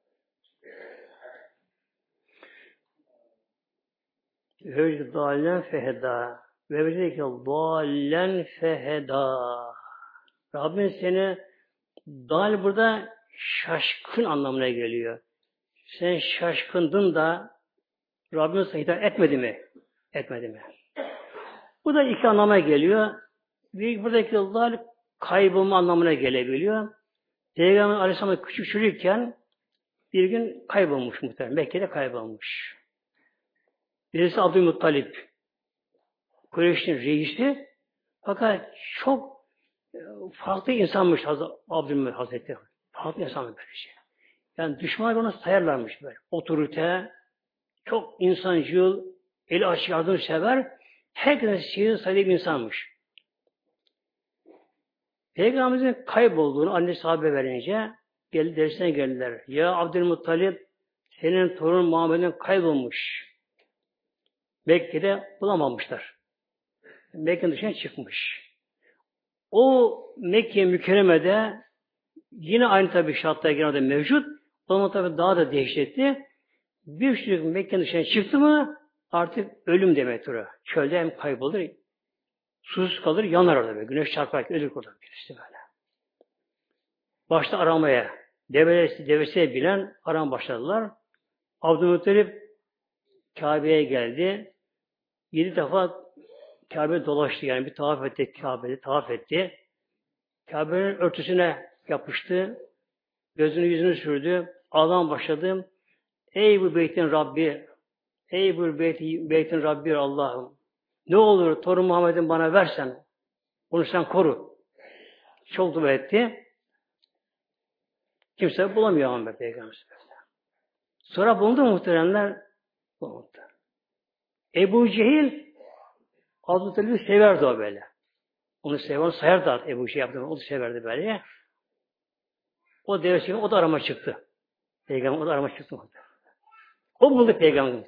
Vecd dâlen fehedâ. Ve vecdeke dâlen fehedâ. Rabbim seni dâl burada şaşkın anlamına geliyor. Sen şaşkındın da Rabbim sana hitap etmedi mi? Etmedi mi? Bu da 2 anlama geliyor. Buradaki dâl kaybolma anlamına gelebiliyor. Peygamber Aleyhisselam küçük çocukken bir gün kaybolmuş muhtemelen. Mekke'de kaybolmuş. Birisi Abdülmuttalip. Kureyş'in reisi. Fakat çok farklı insanmış Abdülmuttalip Hazretleri. Farklı insanmış böyle şey. Yani düşmanlar onu sayarlarmış böyle. Otorite, çok insancıl, eli açık yardım sever. Herkesin şiirin saydığı bir insanmış. Peygamberimizin kaybolduğunu annesi haber verince dersine geldiler. Ya Abdülmuttalip senin torun Muhammed'in kaybolmuş. Mekke'de bulamamışlar. Mekke'nin dışına çıkmış. O Mekke mükerremede yine aynı tabi şartlar genelde mevcut. Ama tabi daha da dehşetli. Bir çocuk Mekke'nin dışına çıktı mı artık ölüm demektir o. Çölde hem kaybolur, susuz kalır, yanar orada böyle. Güneş çarparak ölür orada birisi böyle. Başta aramaya, devesiye bilen aram başladılar. Abdülmuttalip Kabe'ye geldi. 7 defa Kabe dolaştı yani bir tavaf etti Kabe'de tavaf etti. Kabe'nin örtüsüne yapıştı. Gözünü yüzünü sürdü. Ağlamaya başladı. Ey bu beytin Rabbi, ey bu beytin Rabbi Allah'ım. Ne olur torun Muhammed'in bana versen. Onu sen koru. Çok dua etti. Kimse bulamıyor Muhammed Peygamber. Sonra bulundu muhteremler. Bulundu. Ebu Cehil Abdülmuttalip'i severdi o böyle. Onu seven sayardı Ebu Cehil yaptığını. O da severdi böyle. O devesi o da arama çıktı. Peygamber o da arama çıktı. O buldu Peygamber'i.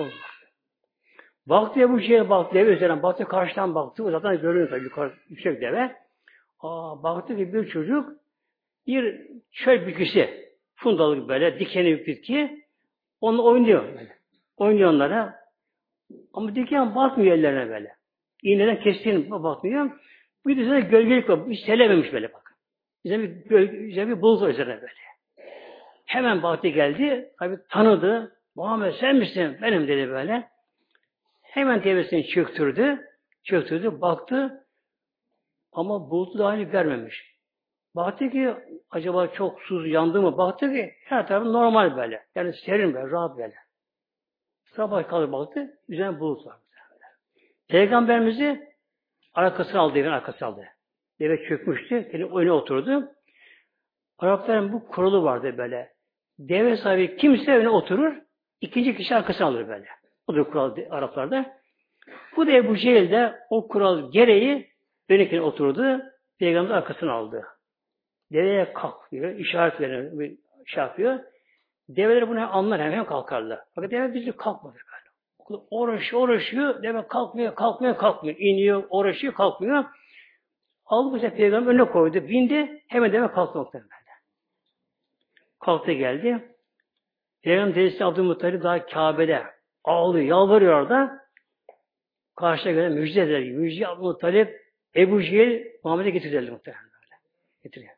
Baktı Ebu Cehil baktı deve üzerine baktı karşıdan baktı. O zaten görünüyor tabii yukarı yüksek deve. Baktı ki bir çocuk bir çöl bitkisi fundalık böyle dikenli bir bitki onunla oynuyor böyle. Oynuyor onlara. Ama diken batmıyor ellerine böyle. İğneden kestiğine bakmıyor. Bir de gölgelik var. Hiç selememiş böyle bak. Üzerine bir bulut var üzerine böyle. Hemen baktı geldi. Tabi tanıdı. Muhammed sen misin? Benim dedi böyle. Hemen tevbesini çöktürdü. Çöktürdü. Baktı. Ama bulutu da aynı görmemiş. Baktı ki acaba çok susuz yandı mı? Baktı ki her tarafı normal böyle. Yani serin böyle, rahat böyle. Sabah kalır baktı. Üzerine bulut var. Peygamberimizi arkasına aldı, evin arkasına aldı. Deve çökmüştü. Kendi önüne oturdu. Arapların bu kuralı vardı böyle. Deve sahibi kimse öne oturur, ikinci kişi arkasına alır böyle. Odur kural Araplarda. Bu da Ebu Cehil de o kural gereği önüne oturdu, Peygamber arkasına aldı. Deveye kalk diyor, işaret veriyor, bir şey yapıyor. Develer bunu anlar, hemen kalkarlar. Fakat deve bizi kalkmadı böyle. Uğraşıyor, deve kalkmıyor. İniyor, uğraşıyor, kalkmıyor. Aldı bu sefer Peygamber önüne koydu, bindi, hemen deve kalktı muhtemelen. Kalktı geldi. Peygamber dedesi Abdülmuttalip daha Kabe'de ağlıyor, yalvarıyor orada. Karşıya göre müjde eder. Müjde Abdülmuttalip Ebu Cehil Muhammed'e getirdiler muhtemelen böyle. Getiriyor.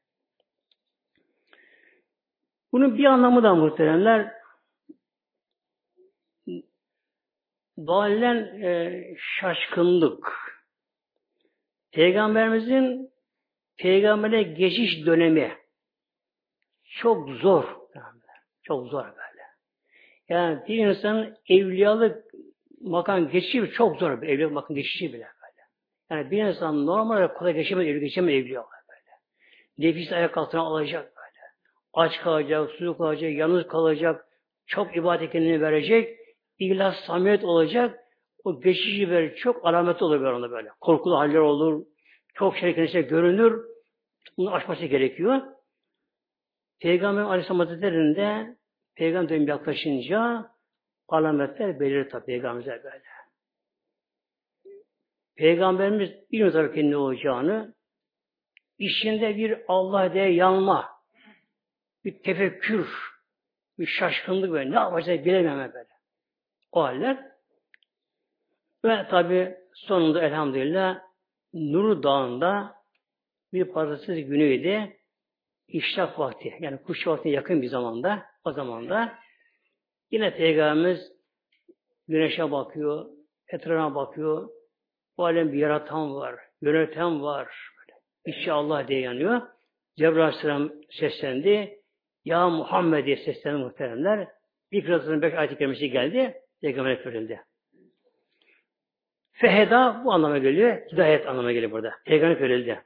Bunun bir anlamı da muhteremler dalilen şaşkınlık. Peygamberimizin peygambere geçiş dönemi çok zor. Çok zor böyle. Yani bir insanın evliyalık makam geçişi çok zor. Evliyalık makam geçişi bile böyle. Yani bir insan normal olarak kolay geçemez evliya olur böyle. Nefis ayak altına alacak böyle. Aç kalacak, susuz kalacak, yalnız kalacak, çok ibadet kendini verecek, ihlas, samimiyet olacak. O geçişi böyle çok alamet olur böyle onda böyle. Korkulu haller olur, çok şey kendisine görünür. Bunu aşması gerekiyor. Peygamber Aleyhisselam Hazretleri'nde Peygamber dönemi yaklaşınca alametler belirir tabi Peygamber'e böyle. Peygamberimiz bilmiyor tabii ki ne olacağını. İçinde bir Allah diye yanma, bir tefekkür, bir şaşkınlık böyle. Ne yapacağını bilememe böyle. O haller. Ve tabi sonunda elhamdülillah Nuru Dağı'nda bir pazartesi günüydü. İşrak vakti. Yani kuş vaktine yakın bir zamanda. O zamanda yine Peygamberimiz güneşe bakıyor, etrafına bakıyor. Bu alem bir yaratan var, yöneten var. İşçi Allah diye yanıyor. Cebrail Aleyhisselam seslendi. Ya Muhammed diye seslendi muhteremler. İlk Resulü'nün 5 ayet-i kerimesi geldi. Peygamber'e verildi. Feheda bu anlama geliyor. Hidayet anlamına geliyor burada. Peygamber verildi.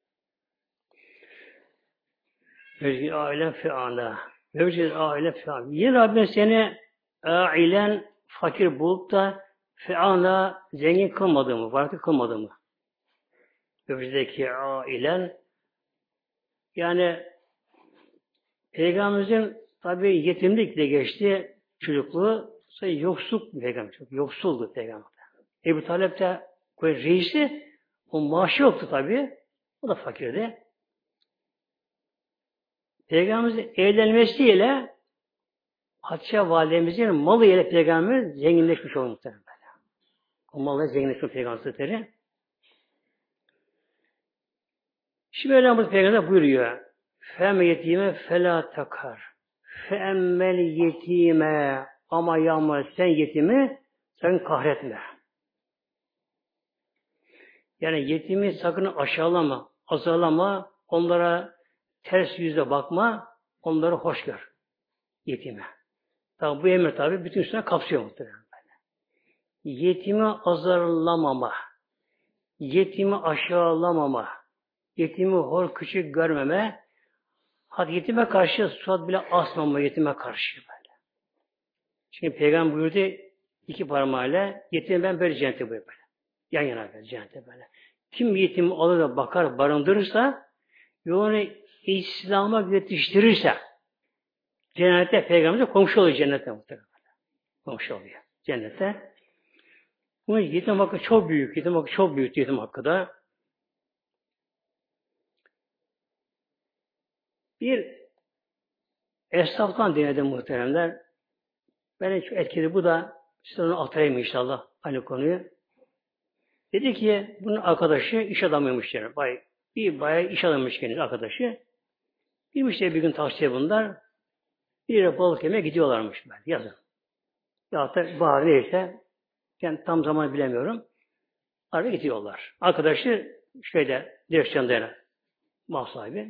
Mevcid ailen fe'ala. Mevcid ailen fe'ala. Yine Rabbim seni ailen fakir bulup da fe'ala zengin kılmadı mı? Varlıklı kılmadı mı? Mevciddeki ailen yani Peygamberimizin tabi yetimlikle geçti çocukluğu. Sonra yoksul Peygamber. Çok yoksuldu Peygamber. Ebu Talep de reisi o maaşı yoktu tabi. O da fakirdi. Peygamberimizin evlenmesiyle Hatice validemizin malı ile Peygamber zenginleşmiş olmuşlar. O malla zenginleşmiş Peygamberleri. Şimdi Peygamber Peygamber buyuruyor. Fem yetime fela takar. Femmel yetime ama yağma sen yetimi sen kahretme. Yani yetimi sakın aşağılama, azarlama, onlara ters yüzle bakma, onları hoş gör. Yetime. Tabi bu emir tabi bütün üstüne kapsıyor muhtemelen. Yetimi azarlamama, yetimi aşağılamama, yetimi hor küçük görmeme, hatta yetime karşı suat bile asmama yetime karşı böyle. Çünkü Peygamber buyurdu iki parmağıyla yetimi ben böyle cennete böyle. Yan yana böyle cennete böyle. Kim yetimi alır da bakar barındırırsa ve onu İslam'a yetiştirirse cennette Peygamber'e komşu oluyor cennette muhtemelen. Komşu oluyor cennette. Bu yetim hakkı çok büyük. Yetim hakkı çok büyük yetim hakkı da. Bir esnaftan denedim muhteremler. Beni çok etkiledi. Bu da size onu aktarayım inşallah aynı konuyu. Dedi ki bunun arkadaşı iş adamıymış yani. Bayağı iş adamıymış kendisi arkadaşı. Girmişler bir gün taksiye bunlar. Bir yere balık yemeye gidiyorlarmış böyle yazın. Ya da bahar neyse yani tam zaman bilemiyorum. Arada gidiyorlar. Arkadaşı şeyde direksiyonda yani mal sahibi.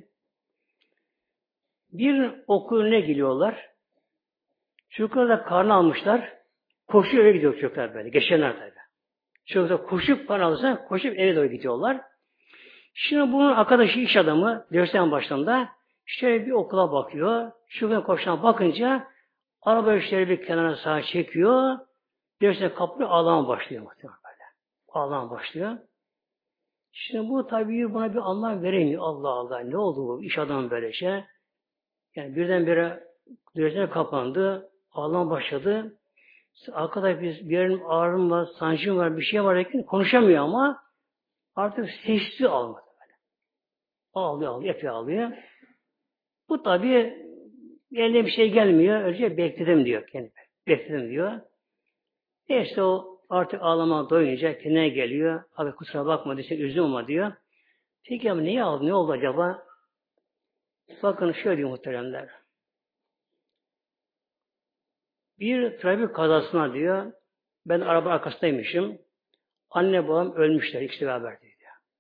Bir okul önüne geliyorlar. Çocuklar da karnı almışlar. Koşuyor eve gidiyor çocuklar böyle. Geçenler tabii. Çocuklar koşup karnı alırsa koşup eve doğru gidiyorlar. Şimdi bunun arkadaşı iş adamı direksiyon başlarında şöyle bir okula bakıyor. Çocukların koşuna bakınca araba işleri bir kenara sağa çekiyor. Direksiyon kaplıyor ağlama başlıyor muhtemelen böyle. Ağlama başlıyor. Şimdi bu tabii buna bir anlam veremiyor. Allah Allah ne oldu bu iş adamı böyle şey. Yani birdenbire direksiyon kapandı. Ağlama başladı. Arkadaş biz bir yerin ağrım var, sancım var, bir şey var derken konuşamıyor ama artık sesli almadı böyle. Ağlıyor, epey ağlıyor. Bu tabii eline bir şey gelmiyor. Önce bekledim diyor kendime. Bekledim diyor. İşte o artık ağlama doyunca kendine geliyor. Abi kusura bakma diyor, üzülme diyor. Peki ama neyi aldı, ne oldu acaba? Bakın şöyle diyor muhteremler. Bir trafik kazasına diyor, ben araba arkasındaymışım. Anne babam ölmüşler, ikisi beraber diyor.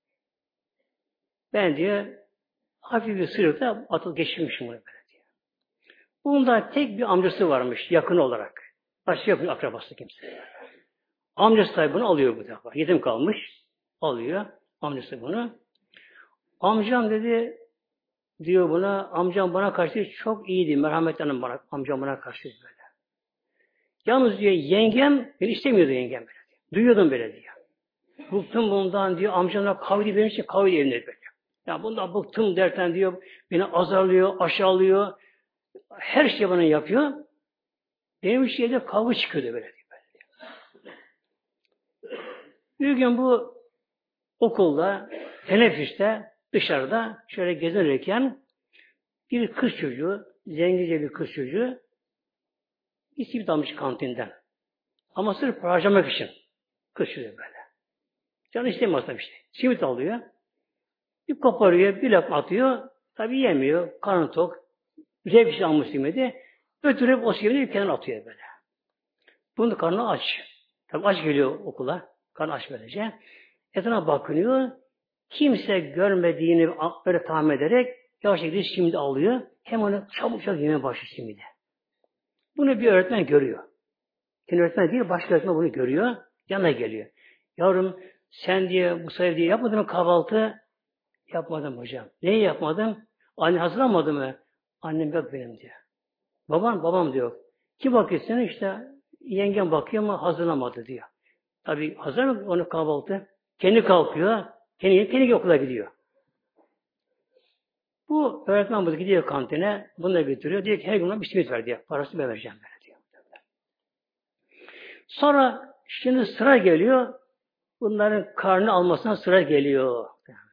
Ben diyor, hafif bir sıyrıkta atılıp geçirmişim bunu böyle diyor. Bunda tek bir amcası varmış, yakın olarak. Başka yok akrabası kimse. Amcası tabi bunu alıyor bu defa. Yetim kalmış, alıyor amcası bunu. Amcam dedi, diyor buna, amcam bana karşı çok iyiydi, merhametli hanım bana, amcam bana karşı böyle. Yalnız diyor, yengem, beni istemiyordu yengem böyle diyor. Duyuyordum böyle diyor. Bıktım bundan diyor, amcamla kavga benim için kavga evinde böyle. Ya bundan bıktım derken diyor, beni azarlıyor, aşağılıyor, her şey bana yapıyor. Benim için evde kavga çıkıyordu böyle diyor. Bir gün bu okulda, teneffüste, dışarıda şöyle gezinirken bir kız çocuğu, zengince bir kız çocuğu bir simit almış kantinden. Ama sırf para harcamak için. Kız çocuğu böyle. Canı istemiyor aslında bir şey. Simit alıyor. Bir koparıyor, bir lokma atıyor. Tabii yemiyor. Karnı tok. Güzel bir şey almış simidi. Götürüp o simidi bir kenara atıyor böyle. Bunun da karnı aç. Tabii aç geliyor okula. Karnı aç böylece. Etrafına bakınıyor. Kimse görmediğini böyle tahmin ederek yavaş şekilde simidi alıyor. Hem onu çabuk yemeye başlıyor simidi. Bunu bir öğretmen görüyor. Kendi öğretmen değil, başka öğretmen bunu görüyor. Yanına geliyor. Yavrum sen diye bu sayı diye yapmadın mı kahvaltı? Yapmadım hocam. Neyi yapmadın? Anne hazırlamadı mı? Annem yok benim diyor. Babam diyor. Kim bakıyor sana? İşte yengem bakıyor ama hazırlamadı diyor. Tabii hazır mı onu kahvaltı? Kendi kalkıyor. Kendi okula gidiyor. Bu öğretmen burada gidiyor kantine. Bunu da götürüyor. Diyor ki her gün bir simit ver diyor. Parasını ben vereceğim böyle diyor. Sonra şimdi sıra geliyor. Bunların karnı almasına sıra geliyor.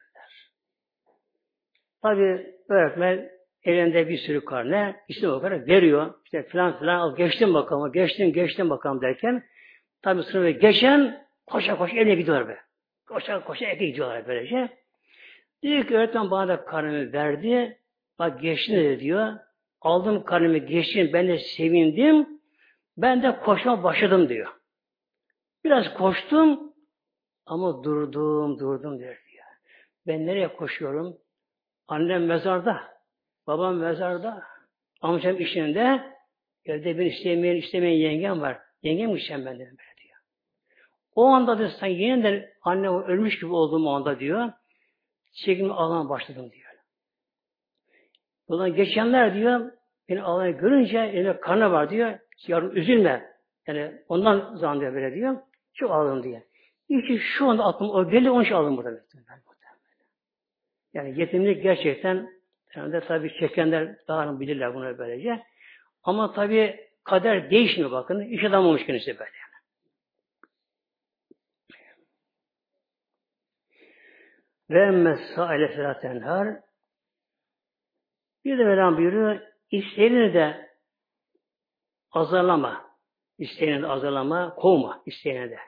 Tabii öğretmen elinde bir sürü karne isim olarak veriyor. İşte filan filan al geçtim bakalım, geçtim bakalım derken tabii sınıfı geçen koşa koşa evine gidiyorlar be. Koşa koşa eve gidiyorlar böylece. Diyor ki öğretmen bana da karnımı verdi. Bak geçtin de diyor. Aldım karnımı geçtim. Ben de sevindim. Ben de koşma başladım diyor. Biraz koştum ama durdum diyor. Ben nereye koşuyorum? Annem mezarda. Babam mezarda. Amcam işinde. Evde beni istemeyen yengem var. Yengem mi işlem ben dedim böyle diyor. O anda da sen yeniden annem ölmüş gibi olduğum anda diyor. Çekimi ağlamaya başladım diyor. Buradan geçenler diyor, beni ağlamaya görünce elimde karnı var diyor. Yavrum üzülme. Yani ondan zannediyor böyle diyor. Çok ağladım diyor. İşte şu anda aklım o geldi onun için ağladım burada. Yani yetimlik gerçekten de tabii çekenler daha bilirler bunu böylece. Ama tabii kader değişmiyor bakın. İş adamı olmuş kendisi böyle. Ve messaile felatenhar bir de Mevlam buyuruyor isteğini de azarlama. İsteğini de azarlama, kovma isteğini de.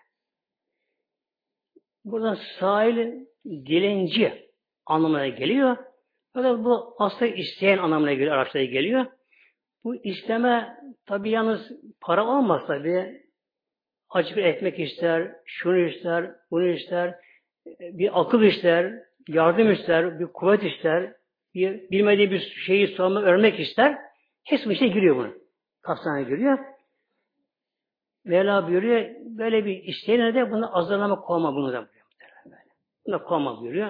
Burada sahil dilenci anlamına geliyor. Fakat bu aslında isteyen anlamına geliyor, Arapçada geliyor. Bu isteme tabi yalnız para olmaz tabi. Acı bir ekmek ister, şunu ister, bunu ister, bir akıl ister, yardım ister, bir kuvvet ister, bir bilmediği bir şeyi sorma, örmek ister. Hepsi bir şey giriyor bunun. Kapsamına giriyor. Mevla buyuruyor, böyle bir isteğine de bunu azarlama kovma bunu da buyuruyor. Buna kovma buyuruyor.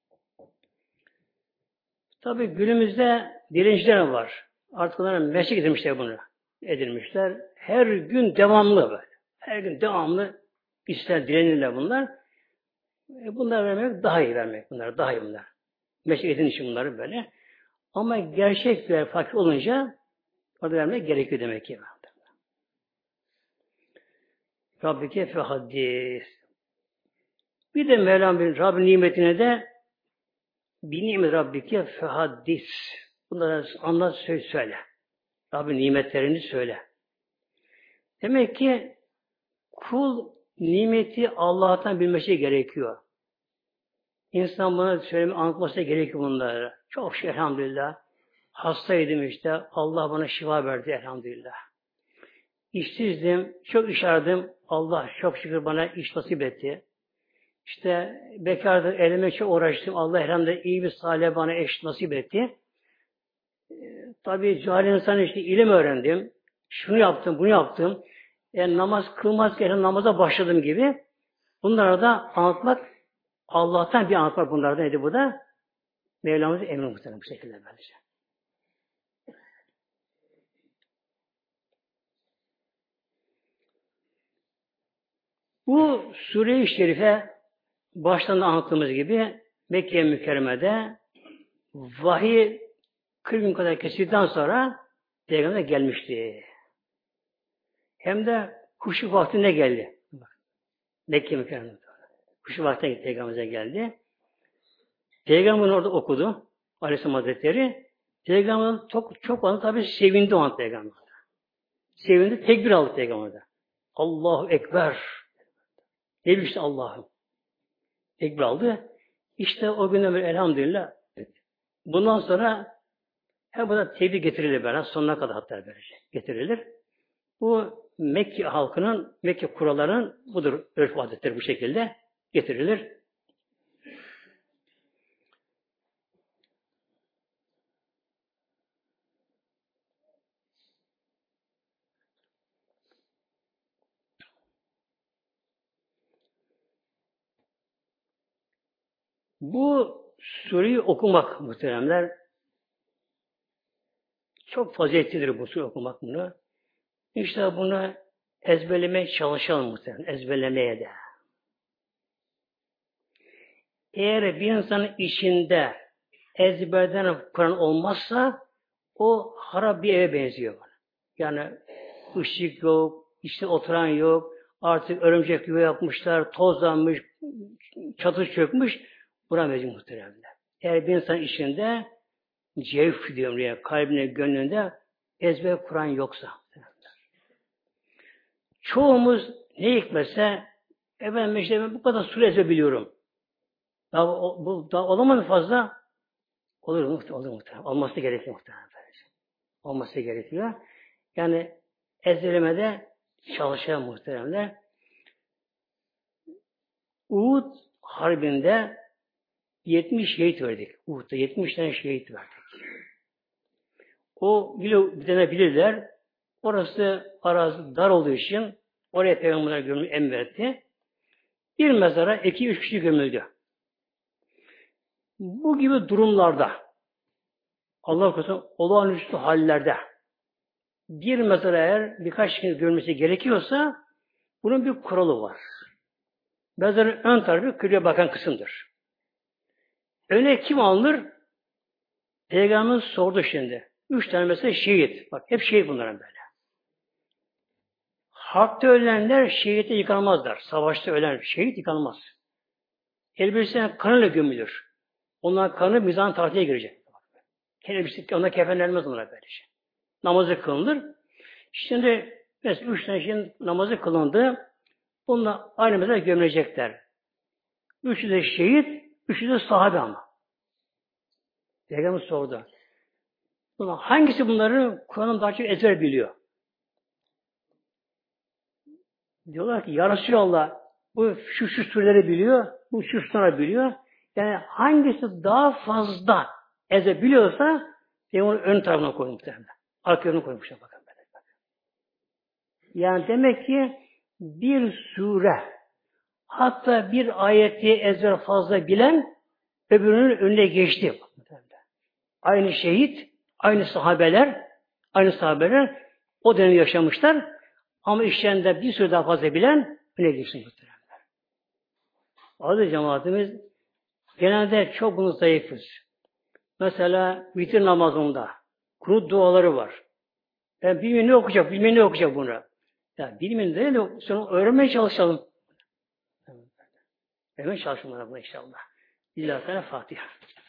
Tabi günümüzde dilenciler var. Artık onlara meslek edilmişler bunu. Edilmişler. Her gün devamlı böyle. Her gün devamlı ister dilenirler bunlar. Bunlar vermek daha iyi vermek bunlar. Daha iyi bunlar. Meslek edin için bunları böyle. Ama gerçek bir fakir olunca orada vermek gerekiyor demek ki. Rabbike fehaddis. Bir de Mevlam bir Rabbin nimetine de bir nimet Rabbike fehaddis. Bunlara anlat söyle. Rabbin nimetlerini söyle. Demek ki kul nimeti Allah'tan bilmesi gerekiyor. İnsan bana söyleme anlatması gerekiyor bunları. Çok şey elhamdülillah. Hastaydım işte. Allah bana şifa verdi elhamdülillah. İşsizdim. Çok iş aradım. Allah çok şükür bana iş nasip etti. İşte bekardım. Elime çok uğraştım. Allah elhamdülillah iyi bir salih bana eş nasip etti. Tabii cahil insan işte ilim öğrendim. Şunu yaptım, bunu yaptım. Namaz kılmazken namaza başladım gibi. Bunlara da anlatmak Allah'tan bir anlatmak bunlardan neydi bu da? Mevlamızın emri muhtemelen bu şekilde bence. Bu Sure-i Şerife baştan da anlattığımız gibi Mekke-i Mükerreme'de vahiy 40 gün kadar kesildikten sonra Peygamber'e gelmişti. Hem de kuşluk vaktinde geldi. Mekke-i Mükerreme'de. Kuşluk vaktinde Peygamber'e geldi. Peygamber orada okudu. Aleyhisselam Hazretleri. Peygamber çok onu tabi sevindi o an Peygamber. Sevindi. Tekbir aldı Peygamber'de. Allahu Ekber. Ne bilmişti Allah'ım. Tekbir aldı. İşte o günden beri elhamdülillah. Bundan sonra her burada tebrik getirilir böyle. Sonuna kadar hatta böylece getirilir. Bu Mekke halkının, Mekke kurallarının budur. Örf adetleri bu şekilde getirilir. Bu sureyi okumak muhteremler çok faziletlidir bu sureyi okumak bunu. İşte bunu ezberlemeye çalışalım muhterem. Ezberlemeye de. Eğer bir insanın içinde ezberden Kur'an olmazsa o harap bir eve benziyor bana. Yani ışık yok, işte oturan yok, artık örümcek yuva yapmışlar, tozlanmış, çatı çökmüş. Buna benziyor muhteremler. Eğer bir insan içinde cevf diyorum ya, kalbine, gönlünde ezber Kur'an yoksa. Çoğumuz ne hikmetse efendim işte ben bu kadar sure ezber biliyorum. Daha olamadı fazla. Olur muhtemelen. Olması gerekiyor muhtemelen. Olması gerekiyor. Yani ezberlemede çalışan muhteremler. Uhud Harbi'nde 70 şehit verdik. Uhud'da 70 tane şehit verdik. O bilirler. Orası arazi dar olduğu için oraya Peygamberler gömülü emretti. Bir mezara 2-3 kişi gömüldü. Bu gibi durumlarda Allah korusun olağanüstü hallerde bir mezara eğer birkaç kişi gömülmesi gerekiyorsa bunun bir kuralı var. Mezarın ön tarafı kıbleye bakan kısımdır. Öyle kim alınır? Peygamber sordu şimdi. 3 tane mesela şehit. Bak hep şehit bunların böyle. Harpte ölenler şehite yıkanmazlar. Savaşta ölen şehit yıkanmaz. Elbisesine kanıyla gömülür. Onların kanı mizan tartıya girecek. Ona kefenlenmez onlara böylece. Namazı kılınır. Şimdi mesela 3 tane şeyin namazı kılındı. Bununla aynı mezara gömülecekler. 3'ü de şehit, 3'ü de sahabe ama. Peygamber sordu. Ulan hangisi bunları Kur'an'ın daha çok ezber biliyor? Diyorlar ki ya Resulallah bu şu sureleri biliyor, bu şu sureleri biliyor. Yani hangisi daha fazla ezber biliyorsa onu ön tarafına koymuş muhtemelen. Arka yönüne koymuşlar bakın. Yani demek ki bir sure hatta bir ayeti ezber fazla bilen öbürünün önüne geçti. Aynı şehit, aynı sahabeler o dönemi yaşamışlar ama işlerinde bir süre daha fazla bilen öne geçti. Aziz cemaatimiz genelde çok bunu zayıfız. Mesela vitir namazında kunut duaları var. Ben bilmeyen ne okuyacak bunu. Ya bilmeyen de sonra öğrenmeye çalışalım. Öğrenmeye çalışalım buna inşallah. Lillahi Teala Fatiha.